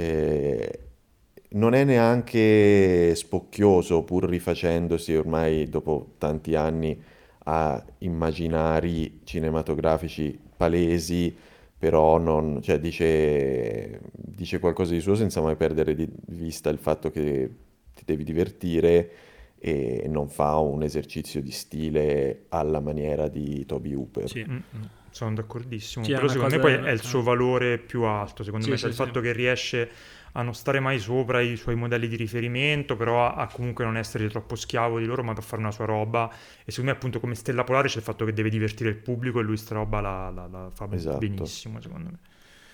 non è neanche spocchioso, pur rifacendosi ormai dopo tanti anni a immaginari cinematografici palesi, però cioè, dice qualcosa di suo senza mai perdere di vista il fatto che ti devi divertire e non fa un esercizio di stile alla maniera di Toby Hooper. Sì. Sono d'accordissimo, Sì, è però una secondo me cosa- poi è il suo valore più alto, secondo Sì, me, cioè sì, il fatto sì. che riesce a non stare mai sopra i suoi modelli di riferimento, però a comunque non essere troppo schiavo di loro, ma per fare una sua roba. E secondo me appunto come stella polare c'è il fatto che deve divertire il pubblico e lui sta roba la fa Esatto. benissimo, secondo me.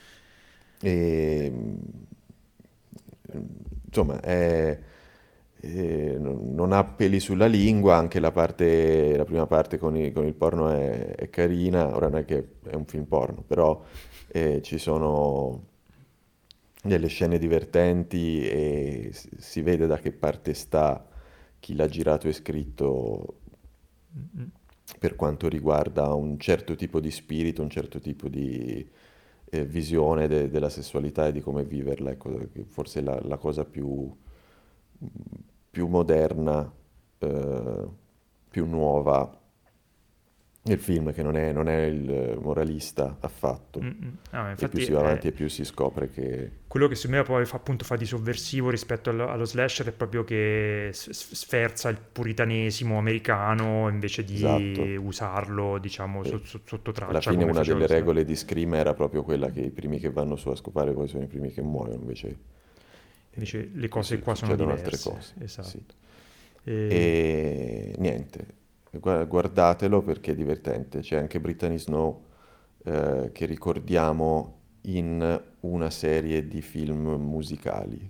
E, insomma, non ha peli sulla lingua, anche la prima parte con il porno è carina, ora non è che è un film porno, però ci sono delle scene divertenti e si vede da che parte sta chi l'ha girato e scritto per quanto riguarda un certo tipo di spirito, un certo tipo di visione della sessualità e di come viverla, ecco, che forse è la cosa più moderna, più nuova del film, che non è il moralista affatto. Ah, E infatti più si va avanti e più si scopre che... quello che secondo me poi fa di sovversivo rispetto allo slasher è proprio che sferza il puritanesimo americano invece di Esatto. usarlo, diciamo, E sotto alla traccia fine come una faceva delle lo slasher. regole di Scream era proprio quella che i primi che vanno su a scopare poi sono i primi che muoiono, invece Invece le qui cose qua sono succedono altre diverse. cose. Esatto. Sì. E- E niente, guardatelo perché è divertente. C'è anche Brittany Snow, che ricordiamo in una serie di film musicali.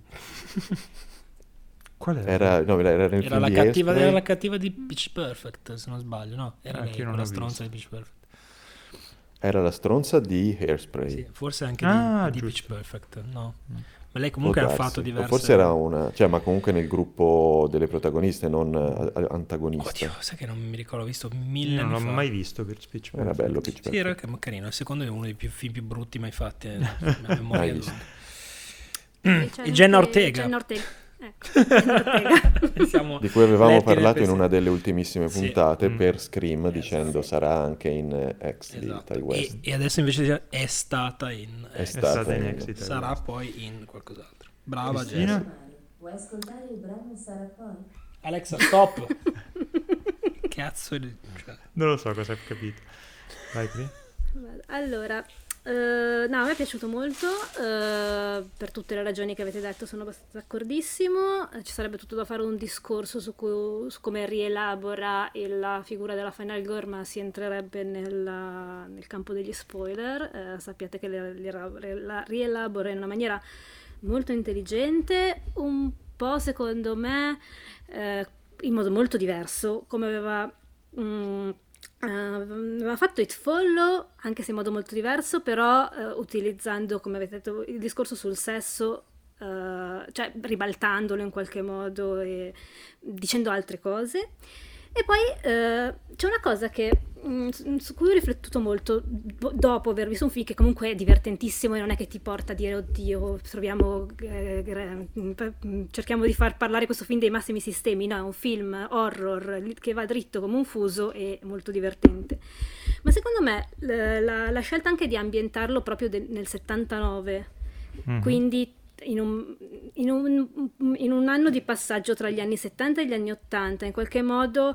Qual era? No, era nel Era film la di cattiva, era la Hairspray. cattiva di Pitch Perfect, se non sbaglio, no? Era Che lei, io non quella l'ho stronza di visto. Pitch Perfect. Era la stronza di Hairspray. Sì, forse anche Ah, di Pitch giusto. Perfect, no. Ma lei Può comunque ha darsi. fatto O diverse... forse era cioè, ma comunque nel gruppo delle protagoniste, non antagonista. Oddio, sai che non mi ricordo, l'ho visto Io 1000 non anni l'ho fa. mai visto per Speech Era Perfect. bello Pitch Sì, era Perfect. carino. Secondo me è uno dei film più brutti mai fatti nella memoria Hai del visto? E c'è E Jenna anche Ortega. Jenna Ortega. Ecco, Jenna Ortega. Siamo Di cui avevamo letti nel parlato in pensiero. una delle ultimime Sì. puntate per Scream, dicendo Sì. sarà anche in X di Esatto. Ty West. E adesso invece è stata in... È È stata stata in in... Exit. sarà poi in qualcos'altro. Brava Cristina? Jess. Vuoi ascoltare il brano Sarà poi? Alexa, stop! Cazzo di... cioè, Non lo so cosa hai capito. Vai qui. Allora, no, a me è piaciuto molto, per tutte le ragioni che avete detto sono abbastanza d'accordissimo. Ci sarebbe tutto da fare un discorso su come rielabora la figura della Final Girl, ma si entrerebbe nel campo degli spoiler. Sappiate che la rielabora in una maniera molto intelligente, un po' secondo me in modo molto diverso, come aveva fatto It Follow, anche se in modo molto diverso, però utilizzando, come avete detto, il discorso sul sesso, cioè ribaltandolo in qualche modo e dicendo altre cose. E poi c'è una cosa su cui ho riflettuto molto dopo aver visto un film che comunque è divertentissimo e non è che ti porta a dire oddio, cerchiamo di far parlare questo film dei massimi sistemi. No, è un film horror che va dritto come un fuso e molto divertente. Ma secondo me la scelta anche di ambientarlo proprio nel 79, quindi in un anno di passaggio tra gli anni 70 e gli anni 80, in qualche modo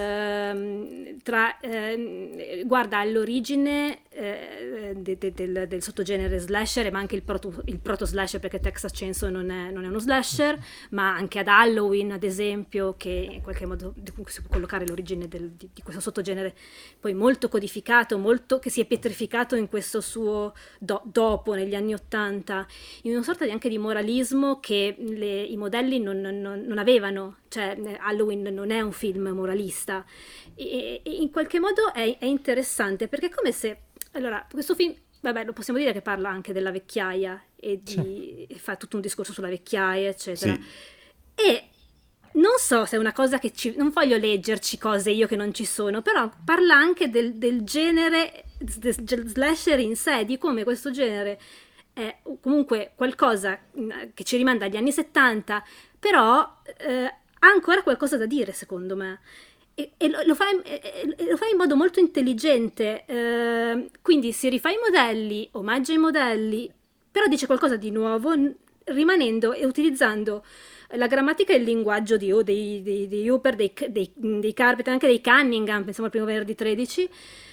guarda all'origine del sottogenere slasher, ma anche il proto slasher, perché Texas Chainsaw non è uno slasher, ma anche ad Halloween ad esempio, che in qualche modo si può collocare l'origine di questo sottogenere poi molto codificato, molto che si è pietrificato in questo suo dopo negli anni 80, in una sorta anche di moralismo che i modelli non avevano. Cioè Halloween non è un film moralista e in qualche modo è interessante, perché è come se, allora, questo film, vabbè, lo possiamo dire che parla anche della vecchiaia e fa tutto un discorso sulla vecchiaia, eccetera. Sì. E non so se è una cosa che non voglio leggerci cose io che non ci sono, però parla anche del genere slasher in sé, di come questo genere è comunque qualcosa che ci rimanda agli anni 70, però ha ancora qualcosa da dire, secondo me. E lo fa in modo molto intelligente, quindi si rifà i modelli, omaggia i modelli, però dice qualcosa di nuovo, rimanendo e utilizzando la grammatica e il linguaggio dei Hooper, dei Carpenter, anche dei Cunningham, pensiamo al primo venerdì 13,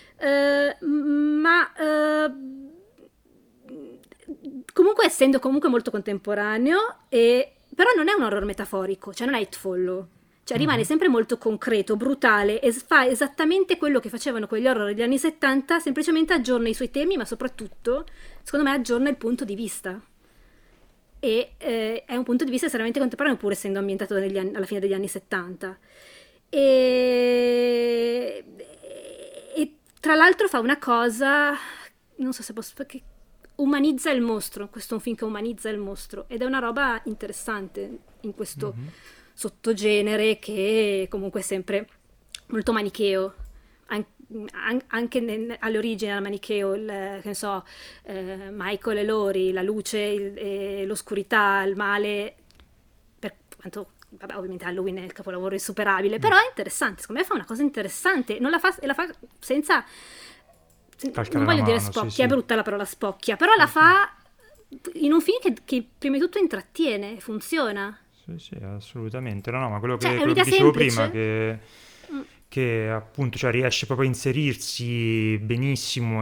ma comunque essendo comunque molto contemporaneo, però non è un horror metaforico, cioè non è It Follow. Cioè rimane sempre molto concreto, brutale, e fa esattamente quello che facevano quegli horror degli anni 70, semplicemente aggiorna i suoi temi, ma soprattutto, secondo me, aggiorna il punto di vista. E è un punto di vista estremamente contemporaneo, pur essendo ambientato alla fine degli anni 70. E tra l'altro fa una cosa, non so se posso, perché umanizza il mostro, questo è un film che umanizza il mostro, ed è una roba interessante in questo sottogenere che comunque è sempre molto manicheo, anche all'origine era manicheo, che ne so, Michael e Lori, la luce e l'oscurità, il male, per quanto vabbè, ovviamente Halloween è il capolavoro insuperabile, però è interessante, secondo me fa una cosa interessante, non la fa, e la fa senza non voglio dire spocchia, sì. È brutta la parola spocchia, però la fa in un film che prima di tutto intrattiene, funziona. Sì, assolutamente. No, ma quello Cioè, è che un'idea dicevo semplice. prima, che appunto, cioè, riesce proprio a inserirsi benissimo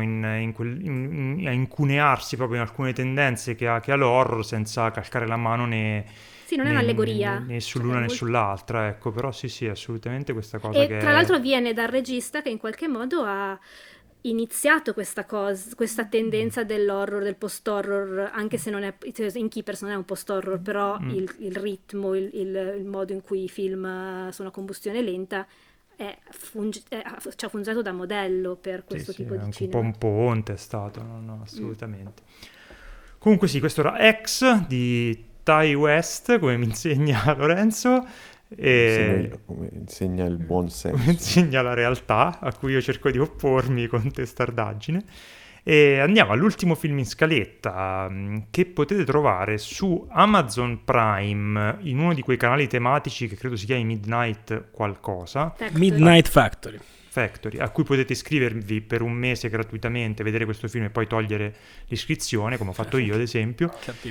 a incunearsi proprio in alcune tendenze che ha l'horror, senza calcare la mano Sì, non è un'allegoria. né sull'una né sull'altra, ecco. Però sì, assolutamente questa cosa E che tra l'altro viene dal regista che in qualche modo ha iniziato questa tendenza dell'horror, del post-horror, anche se non è, in Keepers non è un post-horror, però il ritmo, il modo in cui i film sono a combustione lenta ci ha funzionato da modello per questo tipo di anche cinema. un po' ponte è stato, no, assolutamente. Comunque sì, questo era X di Ty West, come mi insegna Lorenzo, Come insegna il buon senso. insegna la realtà a cui io cerco di oppormi con testardaggine. E andiamo all'ultimo film in scaletta, che potete trovare su Amazon Prime in uno di quei canali tematici che credo si chiami Midnight qualcosa. Midnight Factory, a cui potete iscrivervi per un mese gratuitamente, vedere questo film e poi togliere l'iscrizione, come ho fatto io ad esempio.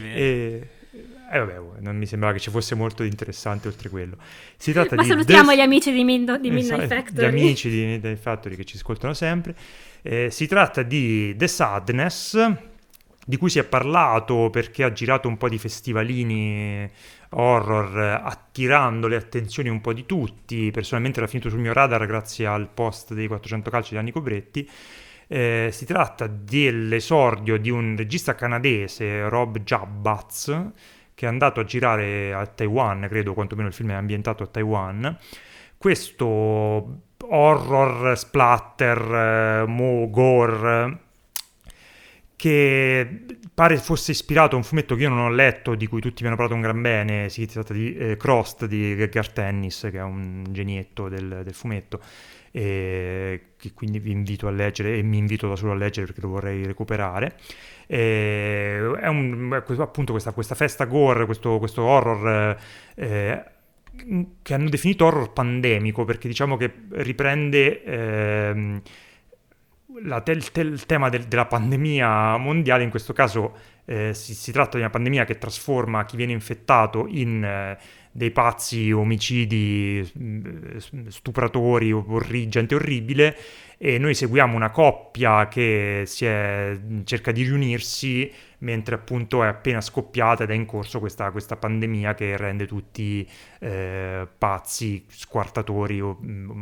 Vabbè, non mi sembrava che ci fosse molto di interessante oltre quello. Si tratta Ma salutiamo gli amici di Midnight Factory. Gli amici di Midnight Factory che ci ascoltano sempre. Si tratta di The Sadness, di cui si è parlato perché ha girato un po' di festivalini horror, attirando le attenzioni un po' di tutti. Personalmente era finito sul mio radar grazie al post dei 400 calci di Anni Cobretti. Si tratta dell'esordio di un regista canadese, Rob Jabbatz, che è andato a girare a Taiwan, credo, quantomeno il film è ambientato a Taiwan. Questo horror, splatter, gore, che pare fosse ispirato a un fumetto che io non ho letto, di cui tutti mi hanno parlato un gran bene. Si tratta di Crossed di Garth Ennis, che è un genietto del fumetto, che quindi vi invito a leggere, e mi invito da solo a leggere perché lo vorrei recuperare. È appunto questa festa gore, questo horror che hanno definito horror pandemico, perché diciamo che riprende il tema della pandemia mondiale, in questo caso si tratta di una pandemia che trasforma chi viene infettato in dei pazzi omicidi, stupratori, gente orribile, e noi seguiamo una coppia che cerca di riunirsi mentre appunto è appena scoppiata ed è in corso questa pandemia che rende tutti pazzi, squartatori o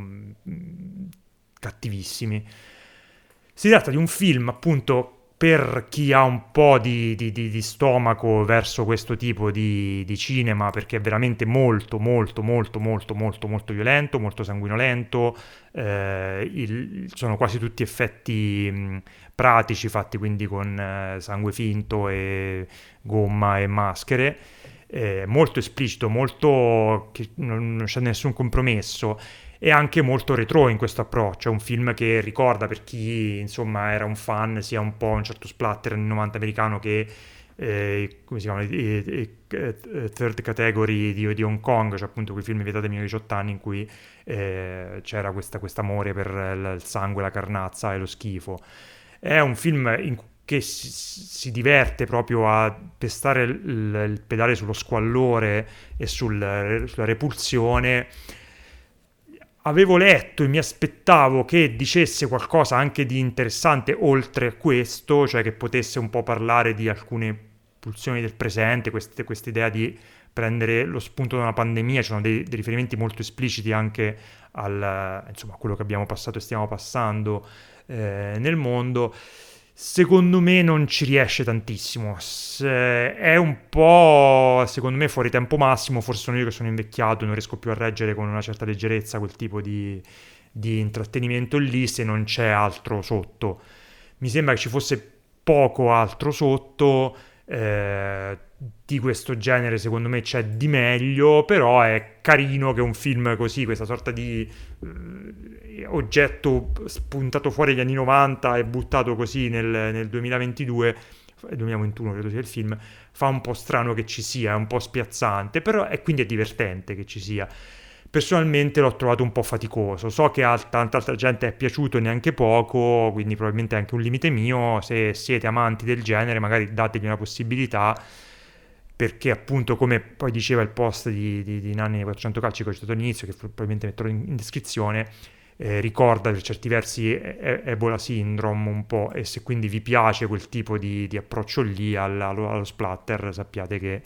cattivissimi. Si tratta di un film appunto per chi ha un po' di stomaco verso questo tipo di cinema, perché è veramente molto molto molto molto molto molto violento, molto sanguinolento, sono quasi tutti effetti pratici fatti quindi con sangue finto e gomma e maschere, molto esplicito, molto che non c'è nessun compromesso. E anche molto retro in questo approccio. È un film che ricorda, per chi insomma era un fan, sia un po' un certo splatter anni 90 americano che come si chiama, Third Category di Hong Kong, cioè appunto quei film vietati ai minori di 18 anni in cui c'era quest'amore per il sangue, la carnazza e lo schifo. È un film che si diverte proprio a pestare il pedale sullo squallore e sulla repulsione. Avevo letto e mi aspettavo che dicesse qualcosa anche di interessante oltre a questo, cioè che potesse un po' parlare di alcune pulsioni del presente, questa idea di prendere lo spunto da una pandemia. Ci sono dei riferimenti molto espliciti anche a quello che abbiamo passato e stiamo passando nel mondo. Secondo me non ci riesce tantissimo, è un po', secondo me, fuori tempo massimo. Forse sono io che sono invecchiato e non riesco più a reggere con una certa leggerezza quel tipo di intrattenimento lì, se non c'è altro sotto. Mi sembra che ci fosse poco altro sotto, di questo genere secondo me c'è di meglio, però è carino che un film così, questa sorta di oggetto spuntato fuori negli anni 90 e buttato così nel 2022, 2021 credo sia il film, fa un po' strano che ci sia, è un po' spiazzante, però quindi è divertente che ci sia. Personalmente l'ho trovato un po' faticoso, so che a tanta altra gente è piaciuto neanche poco, quindi probabilmente è anche un limite mio. Se siete amanti del genere magari dategli una possibilità, perché appunto, come poi diceva il post di Nanni nei 400 calci che ho citato all'inizio, che probabilmente metterò in descrizione, ricorda per certi versi Ebola Syndrome un po', e se quindi vi piace quel tipo di approccio lì allo splatter, sappiate che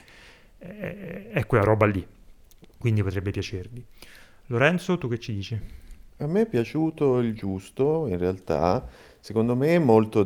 è quella roba lì, quindi potrebbe piacervi. Lorenzo, tu che ci dici? A me è piaciuto il giusto, in realtà. Secondo me molto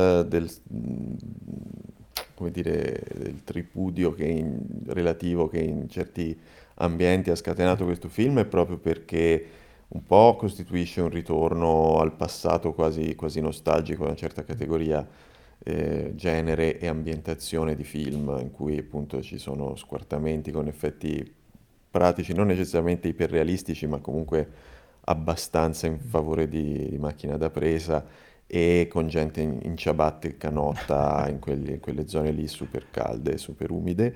come dire, del tripudio relativo che in certi ambienti ha scatenato questo film è proprio perché un po' costituisce un ritorno al passato quasi, quasi nostalgico, una certa categoria, genere e ambientazione di film, in cui appunto ci sono squartamenti con effetti pratici, non necessariamente iperrealistici, ma comunque abbastanza in favore di macchina da presa, e con gente in ciabatte e canotta in quelle zone lì super calde, super umide.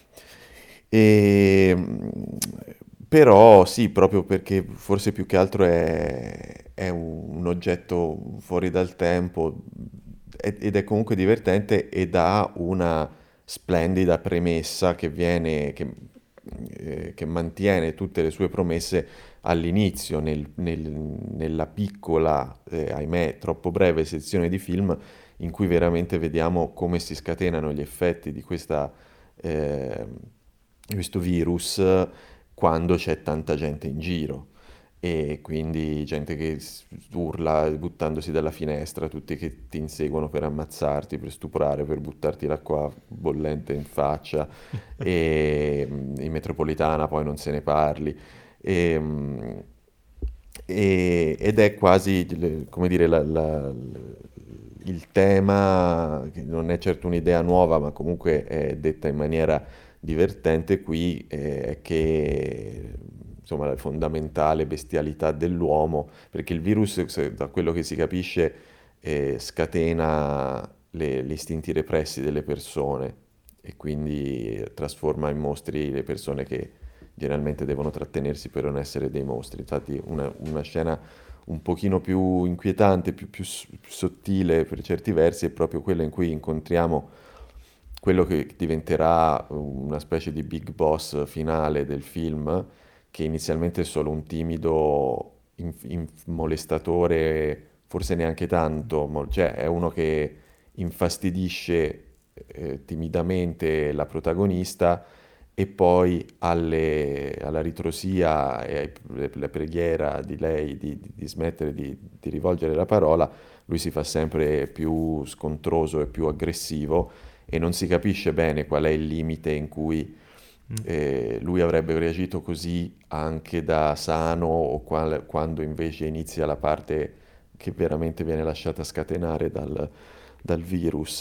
E, però sì, proprio perché forse più che altro è un oggetto fuori dal tempo, ed è comunque divertente ed ha una splendida premessa che mantiene tutte le sue promesse all'inizio, nella piccola, ahimè, troppo breve sezione di film in cui veramente vediamo come si scatenano gli effetti di questo virus quando c'è tanta gente in giro. E quindi gente che urla buttandosi dalla finestra, tutti che ti inseguono per ammazzarti, per stuprare, per buttarti l'acqua bollente in faccia, e in metropolitana poi non se ne parli. E, ed è quasi, come dire, il tema, che non è certo un'idea nuova, ma comunque è detta in maniera divertente qui, è che insomma la fondamentale bestialità dell'uomo, perché il virus, da quello che si capisce, scatena gli istinti repressi delle persone e quindi trasforma in mostri le persone che generalmente devono trattenersi per non essere dei mostri. Infatti una scena un pochino più inquietante, più sottile per certi versi, è proprio quella in cui incontriamo quello che diventerà una specie di big boss finale del film, che inizialmente è solo un timido molestatore, forse neanche tanto, cioè è uno che infastidisce timidamente la protagonista e poi alla ritrosia e alla preghiera di lei di smettere di rivolgere la parola, lui si fa sempre più scontroso e più aggressivo e non si capisce bene qual è il limite in cui lui avrebbe reagito così anche da sano o quando invece inizia la parte che veramente viene lasciata scatenare dal virus.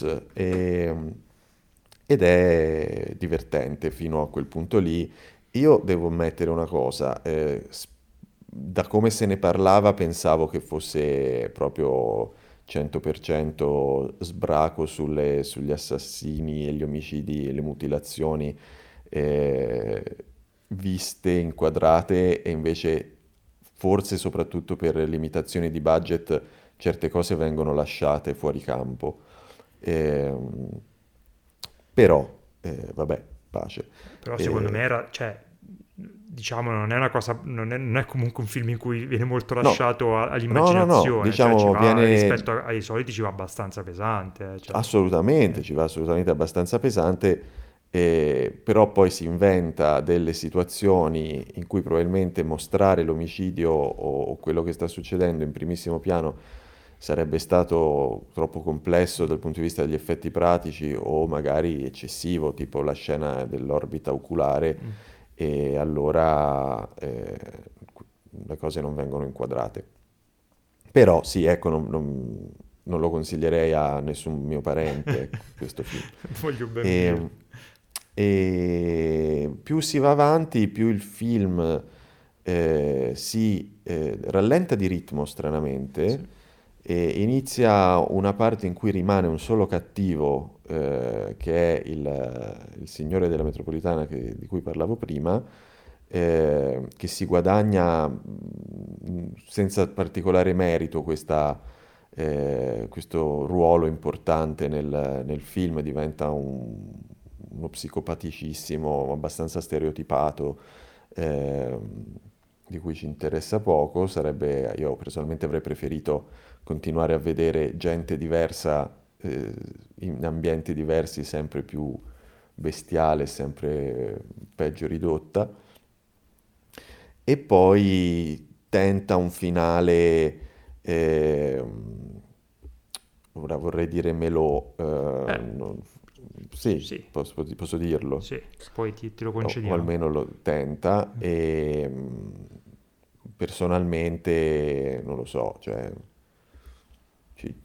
Ed è divertente fino a quel punto lì. Io devo ammettere una cosa, da come se ne parlava pensavo che fosse proprio 100% sbraco sugli assassini e gli omicidi e le mutilazioni eh, viste, inquadrate, e invece forse soprattutto per limitazioni di budget certe cose vengono lasciate fuori campo. Ehm, Però, vabbè, pace. Però secondo me Eh, era, cioè, diciamo, non è una cosa, non è comunque un film in cui viene molto no, lasciato no, all'immaginazione, cioè ci diciamo, va, rispetto viene ai soliti ci va abbastanza pesante, cioè. assolutamente, ci va assolutamente abbastanza pesante, però poi si inventa delle situazioni in cui probabilmente mostrare l'omicidio o quello che sta succedendo in primissimo piano sarebbe stato troppo complesso dal punto di vista degli effetti pratici o magari eccessivo, tipo la scena dell'orbita oculare, Mm. e allora le cose non vengono inquadrate. Però sì, ecco, non lo consiglierei a nessun mio parente, ecco, questo film. Voglio ben E, dire. e più si va avanti, più il film si rallenta di ritmo Sì. stranamente, e inizia una parte in cui rimane un solo cattivo, che è il signore della metropolitana di cui parlavo prima, che si guadagna senza particolare merito questo ruolo importante nel film, diventa uno psicopaticissimo, abbastanza stereotipato, di cui ci interessa poco. Io personalmente avrei preferito continuare a vedere gente diversa, in ambienti diversi, sempre più bestiale, sempre peggio ridotta. E poi tenta un finale, ora vorrei dire melò, Eh, sì, sì, posso dirlo, sì, poi te lo o concediamo. almeno lo tenta, e personalmente non lo so, cioè ci-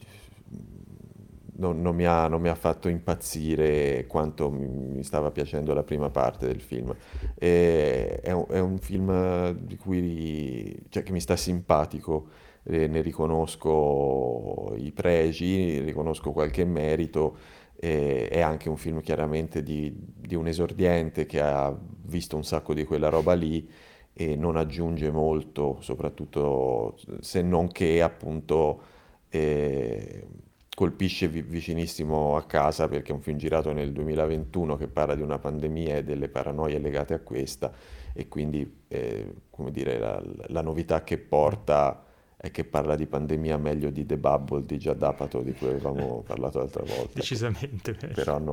non mi ha fatto impazzire quanto mi stava piacendo la prima parte del film. È un film di cui, cioè, che mi sta simpatico, ne riconosco i pregi, riconosco qualche merito. È anche un film chiaramente di un esordiente che ha visto un sacco di quella roba lì e non aggiunge molto, soprattutto se non che appunto eh, colpisce vicinissimo a casa, perché è un film girato nel 2021 che parla di una pandemia e delle paranoie legate a questa, e quindi come dire, la novità che porta è che parla di pandemia meglio di The Bubble di Judd Apatow di cui avevamo parlato l'altra volta, Decisamente meglio. però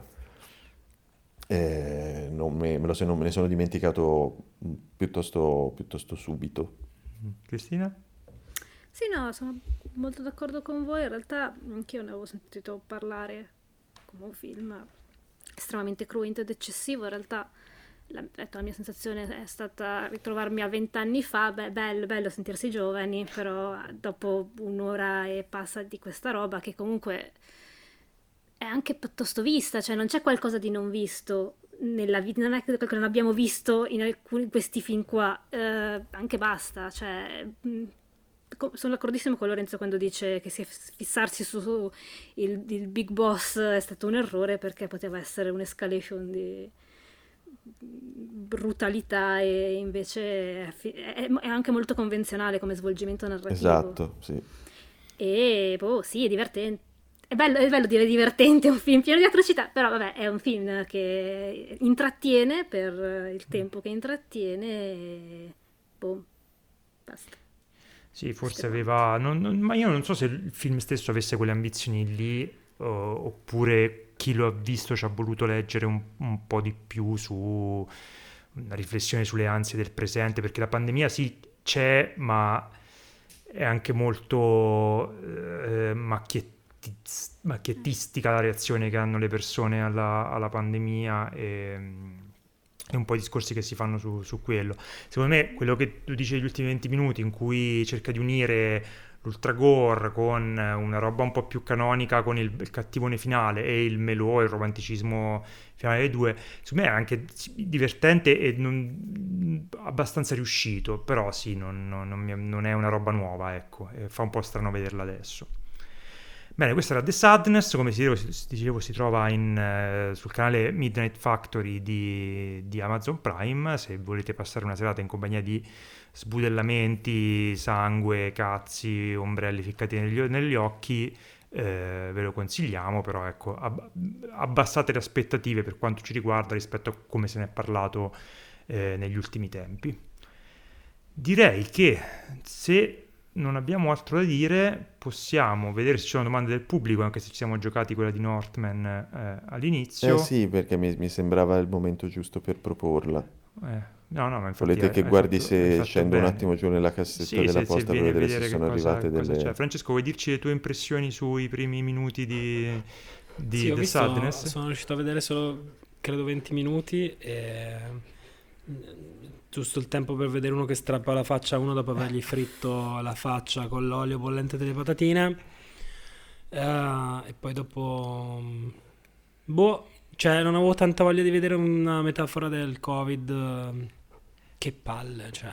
me ne sono dimenticato piuttosto subito. Cristina? Sì, no, sono molto d'accordo con voi. In realtà anch'io ne avevo sentito parlare come un film estremamente cruento ed eccessivo. In realtà la mia sensazione è stata ritrovarmi a 20 anni fa. Beh, bello sentirsi giovani, però dopo un'ora e passa di questa roba che comunque è anche piuttosto vista, cioè non c'è qualcosa di non visto nella vita, non è che non abbiamo visto in alcuni questi film qua, anche basta, cioè sono d'accordissimo con Lorenzo quando dice che fissarsi su il Big Boss è stato un errore perché poteva essere un'escalation brutalità, e invece è anche molto convenzionale come svolgimento narrativo. Esatto, sì. E sì, è divertente. È bello dire divertente, è un film pieno di atrocità, però vabbè, è un film che intrattiene per il tempo che intrattiene, e boh, basta. Sì, forse aveva... ma io non so se il film stesso avesse quelle ambizioni lì, oppure chi lo ha visto ci ha voluto leggere un po' di più su una riflessione sulle ansie del presente, perché la pandemia sì c'è, ma è anche molto macchiettistica la reazione che hanno le persone alla pandemia, e un po' i discorsi che si fanno su quello. Secondo me quello che tu dici negli ultimi 20 minuti, in cui cerca di unire l'ultra gore con una roba un po' più canonica, con il cattivone finale e il melò, il romanticismo finale dei due, secondo me è anche divertente e abbastanza riuscito, però sì, non è una roba nuova, ecco, e fa un po' strano vederla adesso. Bene, questa era The Sadness, come dicevo si trova sul canale Midnight Factory di Amazon Prime. Se volete passare una serata in compagnia di sbudellamenti, sangue, cazzi, ombrelli ficcati negli occhi, ve lo consigliamo, però ecco, abbassate le aspettative per quanto ci riguarda rispetto a come se ne è parlato negli ultimi tempi. Direi che se non abbiamo altro da dire, possiamo vedere se ci sono domande del pubblico, anche se ci siamo giocati quella di Northman all'inizio. Sì, perché mi sembrava il momento giusto per proporla. No, ma infatti Volete che guardi se scendo un attimo giù nella cassetta della posta per vedere se sono arrivate delle... C'è. Francesco, vuoi dirci le tue impressioni sui primi minuti di sì, The Sadness? Sono riuscito a vedere solo, credo, 20 minuti e... giusto il tempo per vedere uno che strappa la faccia a uno dopo avergli fritto la faccia con l'olio bollente delle patatine, e poi dopo cioè non avevo tanta voglia di vedere una metafora del Covid, che palle, cioè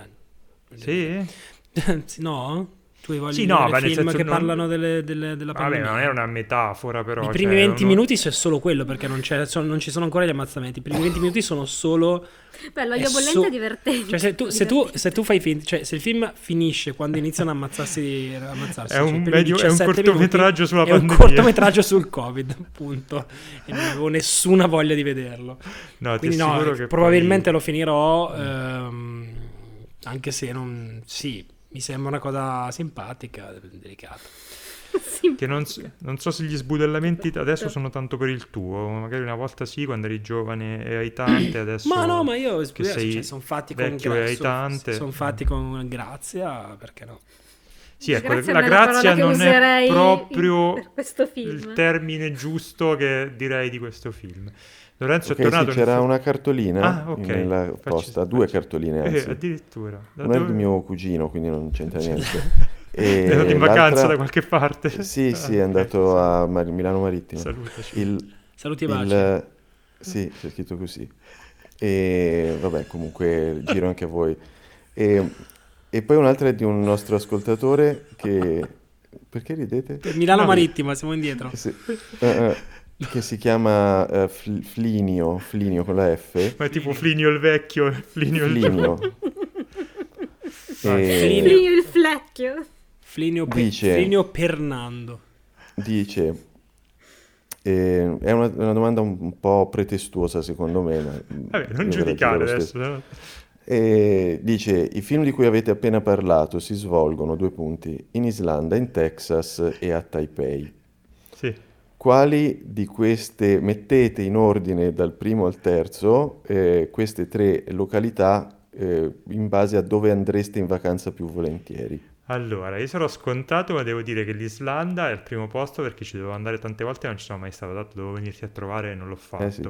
Sì? no? Tu hai voglia Sì, di no, vedere nel film senso che non... parlano della pandemia? Vabbè, non è una metafora, però. I primi 20 minuti c'è solo quello, perché non ci sono ancora gli ammazzamenti. I primi 20 minuti sono solo... Beh, l'olio bollente è divertente. Cioè, se tu fai finta, cioè, se il film finisce quando iniziano a ammazzarsi, è un cortometraggio sulla pandemia. È un cortometraggio sul Covid, appunto. E non avevo nessuna voglia di vederlo. No, quindi no, che probabilmente lo finirò, anche se non... Sì, mi sembra una cosa simpatica, delicata. Che non so se gli sbudellamenti adesso sono tanto per il tuo, magari una volta sì, quando eri giovane e hai tante, adesso ma io che sei sono fatti con tante. Sono fatti con grazia, perché no? Sì, ecco, la grazia non è proprio questo film. Il termine giusto che direi di questo film. Lorenzo è tornato. Sì, c'era una cartolina nella posta, due cartoline anzi. Addirittura. Una è il mio cugino, quindi non c'entra niente. È andato in vacanza da qualche parte? Sì, è andato a Milano Marittima. Salutaci. Saluti e baci. Sì, c'è scritto così. E vabbè, comunque giro anche a voi. E poi un'altra è di un nostro ascoltatore che... Perché ridete? Per Milano Marittima, siamo indietro. Che si chiama Flinio con la F. Ma è tipo Flinio il vecchio, Flinio il Flinio il flecchio. Flinio Pernando. Dice, è una domanda un po' pretestuosa secondo me, ma vabbè, non giudicare adesso. No? Dice, i film di cui avete appena parlato si svolgono, in Islanda, in Texas e a Taipei. Sì. Quali di queste, mettete in ordine dal primo al terzo, queste tre località in base a dove andreste in vacanza più volentieri? Allora, io sarò scontato, ma devo dire che l'Islanda è al primo posto perché ci dovevo andare tante volte e non ci sono mai stato, dato dovevo venirti a trovare e non l'ho fatto. Sì.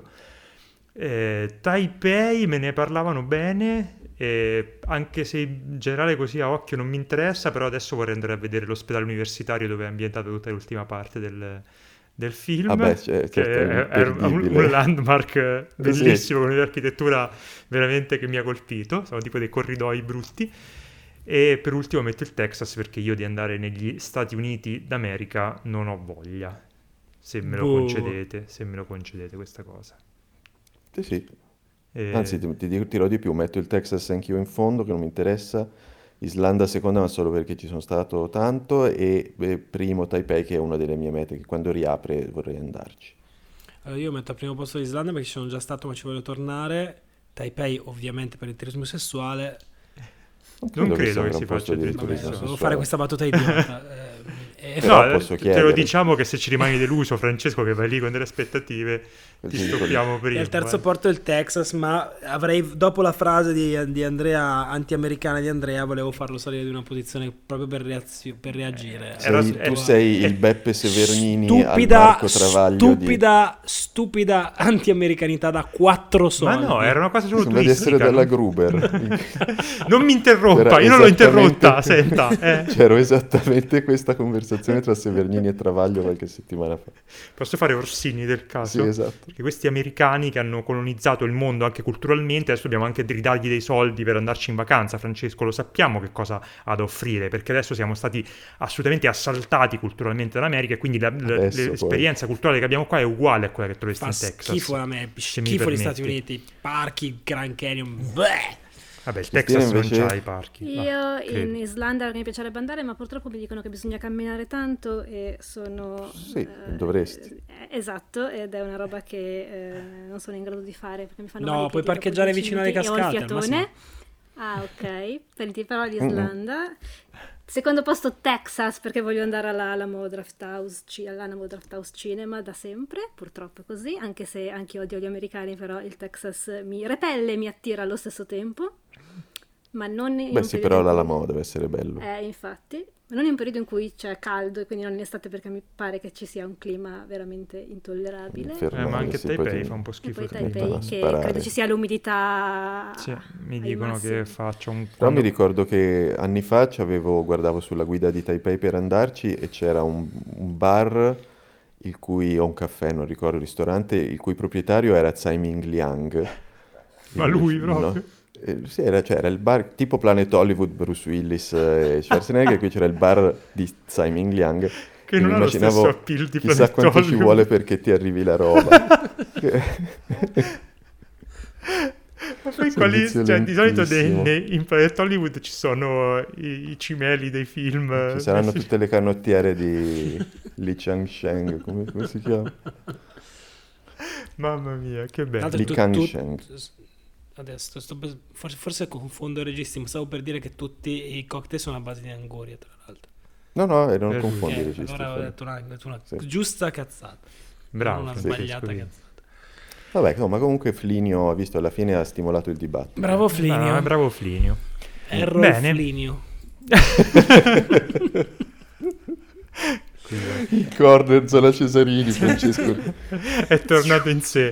Taipei me ne parlavano bene, anche se in generale così a occhio non mi interessa, però adesso vorrei andare a vedere l'ospedale universitario dove è ambientata tutta l'ultima parte del film, che è un landmark bellissimo, con un'architettura veramente che mi ha colpito, sono tipo dei corridoi brutti. E per ultimo metto il Texas perché io di andare negli Stati Uniti d'America non ho voglia, se me lo concedete questa cosa. Sì. Anzi, ti dirò di più, metto il Texas anch'io in fondo, che non mi interessa, Islanda seconda, ma solo perché ci sono stato tanto, e primo Taipei, che è una delle mie mete, che quando riapre vorrei andarci. Allora, io metto al primo posto l'Islanda perché ci sono già stato ma ci voglio tornare. Taipei ovviamente per il turismo sessuale. Non credo che sia un si gran posto faccia di addirittura turismo Vabbè, devo sessuale. fare questa battuta idiota. Però No, posso te lo chiedere. diciamo che se ci rimani deluso, Francesco, che vai lì con delle aspettative, ti Sì, stoppiamo E prima. al terzo porto il Texas, ma avrei, dopo la frase di Andrea, anti-americana di Andrea, volevo farlo salire di una posizione proprio per reagire. Tu sei il Beppe Severnini al Marco Travaglio stupida anti-americanità da 4 Ma soldi. no, era una cosa solo Sembra di essere turistica. dalla Gruber. Non mi interrompa, Era io non l'ho interrotta, esattamente- senta. C'era esattamente questa conversazione tra Severnini e Travaglio qualche settimana fa. Posso fare Orsini del caso? Sì, esatto. Perché questi americani che hanno colonizzato il mondo anche culturalmente, adesso dobbiamo anche ridargli dei soldi per andarci in vacanza. Francesco, lo sappiamo che cosa ha da offrire, perché adesso siamo stati assolutamente assaltati culturalmente dall'America, e quindi Adesso poi. l'esperienza culturale che abbiamo qua è uguale a quella che troveresti Fa in Texas. schifo a me, se mi schifo gli permetti. Stati Uniti, parchi, Grand Canyon, bleh. Vabbè, il Cristina, Texas invece- non c'ha i parchi. Io credo. in Islanda mi piacerebbe andare, ma purtroppo mi dicono che bisogna camminare tanto e sono... Sì, dovresti. Esatto, ed è una roba che non sono in grado di fare perché mi fanno No, male i puoi piedi parcheggiare dopo 10 vicino alle minuti e ho il cascate, al fiatone. Ah, ok. Senti, però l'Islanda. Secondo posto Texas, perché voglio andare all'Alamo Draft House Cinema da sempre, purtroppo è così, anche se anche odio gli americani, però il Texas mi repelle e mi attira allo stesso tempo. Ma non in Beh un sì, periodo però in cui- l'Alamo deve essere bello. infatti, ma non in un periodo in cui c'è caldo e quindi non in estate, perché mi pare che ci sia un clima veramente intollerabile. Infernale, Ma anche sì, Taipei poi fa un po' E schifo. poi tra mettono l'altro. Taipei, a che sparare. credo ci sia l'umidità Sì, mi ai dicono massimi. che faccia un... Però mi ricordo che anni fa guardavo sulla guida di Taipei per andarci e c'era un bar o un caffè, non ricordo il ristorante, il cui proprietario era Tsai Ming Liang. Ma lui proprio? Sì, era il bar tipo Planet Hollywood, Bruce Willis e Schwarzenegger, qui c'era il bar di Tsai Ming Liang. Che non mi ha lo stesso immaginavo appeal di chissà Planet quanto ci Hollywood. vuole perché ti arrivi la roba. Ma poi quali, Servizio di solito lentissimo. in Planet Hollywood ci sono i cimeli dei film. Ci saranno tutte le canottiere di Li Changsheng, come si chiama? Mamma mia, che bello. Tanto Li Kangsheng. Adesso forse confondo i registi, ma stavo per dire che tutti i cocktail sono a base di anguria, tra l'altro. No, non Per confondi i registi. Allora ho Fabio. detto una Sì. giusta cazzata. Bravo, non una Francesco, sbagliata vedi. cazzata. Vabbè, no, ma comunque Flinio, ha visto, alla fine ha stimolato il dibattito. Bravo Flinio. Ah, bravo Flinio. Errol Bene. Flinio. Il corner zona Cesarini, Francesco. È tornato in sé.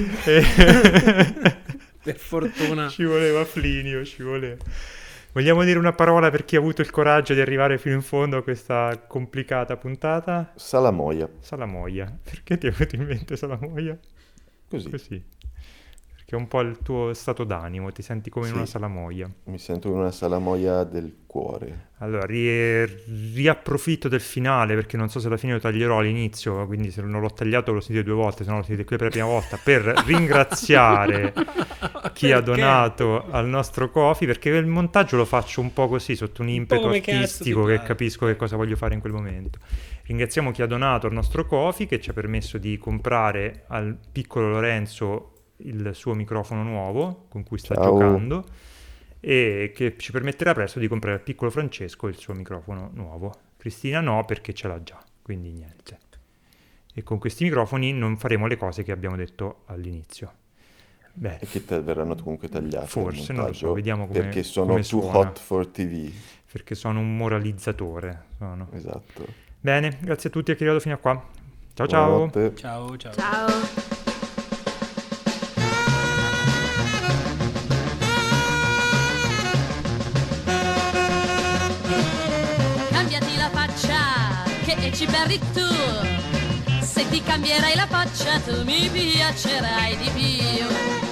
Per fortuna. Ci voleva Flinio, ci voleva. Vogliamo dire una parola per chi ha avuto il coraggio di arrivare fino in fondo a questa complicata puntata? Salamoia. Salamoia. Perché ti è venuto in mente Salamoia? Così. Così. Perché è un po' il tuo stato d'animo, ti senti come in Sì. una salamoia. Mi sento come una salamoia del cuore. Allora, riapprofitto del finale, perché non so se alla fine lo taglierò all'inizio, quindi se non l'ho tagliato lo sentite 2 volte, se no lo sentite qui per la prima volta, per ringraziare chi ha Perché? donato al nostro Ko-fi, perché il montaggio lo faccio un po' così, sotto un impeto come cazzo artistico, ti che pare. capisco che cosa voglio fare in quel momento. Ringraziamo chi ha donato al nostro Ko-fi, che ci ha permesso di comprare al piccolo Lorenzo il suo microfono nuovo, con cui sta Ciao. giocando, e che ci permetterà presto di comprare al piccolo Francesco il suo microfono nuovo. Cristina no, perché ce l'ha già, quindi niente. E con questi microfoni non faremo le cose che abbiamo detto all'inizio. Beh, E che verranno comunque tagliate. Forse, nel non lo so, montaggio, vediamo come- perché sono come too suona. hot for TV. perché sono un moralizzatore. Sono. Esatto. Bene, grazie a tutti a chi è arrivato fino a qua. Ciao ciao. Buonanotte. Ciao, ciao. Ciao. Cambiati la faccia, che ci perdi tu. Se ti cambierai la faccia, tu mi piacerai di più.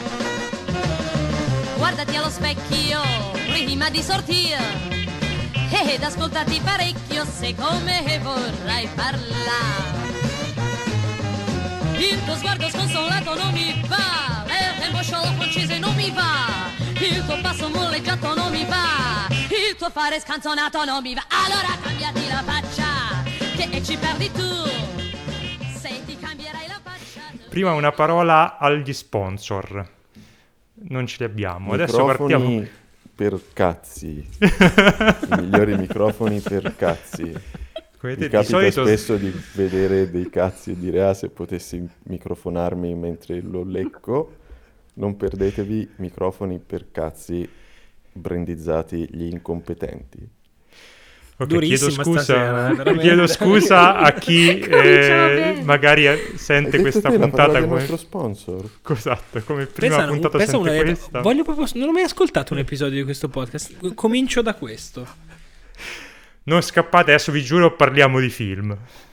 Guardati allo specchio prima di sortire ed ascoltati parecchio se come vorrai parlare. Il tuo sguardo sconsolato non mi va, tempo solo francese non mi va, il tuo passo molleggiato non mi va, il tuo fare scanzonato non mi va. Allora cambiati la faccia, che ci perdi tu, se ti cambierai la faccia tu. Prima una parola agli sponsor. Non ce li abbiamo. Adesso partiamo. Microfoni per cazzi. I migliori microfoni per cazzi. Come Mi te, di capita solito spesso di vedere dei cazzi e dire se potessi microfonarmi mentre lo lecco. Non perdetevi microfoni per cazzi brandizzati gli incompetenti. Ok, Durissima stasera, veramente. chiedo scusa a chi Cominciamo bene. magari Hai sente detto questa te la puntata parola del come... nostro sponsor. Esatto, come prima Pensa, puntata pensa sente una- questa. voglio proprio, non ho mai ascoltato un episodio di questo podcast. Comincio da questo. Non scappate, adesso vi giuro parliamo di film.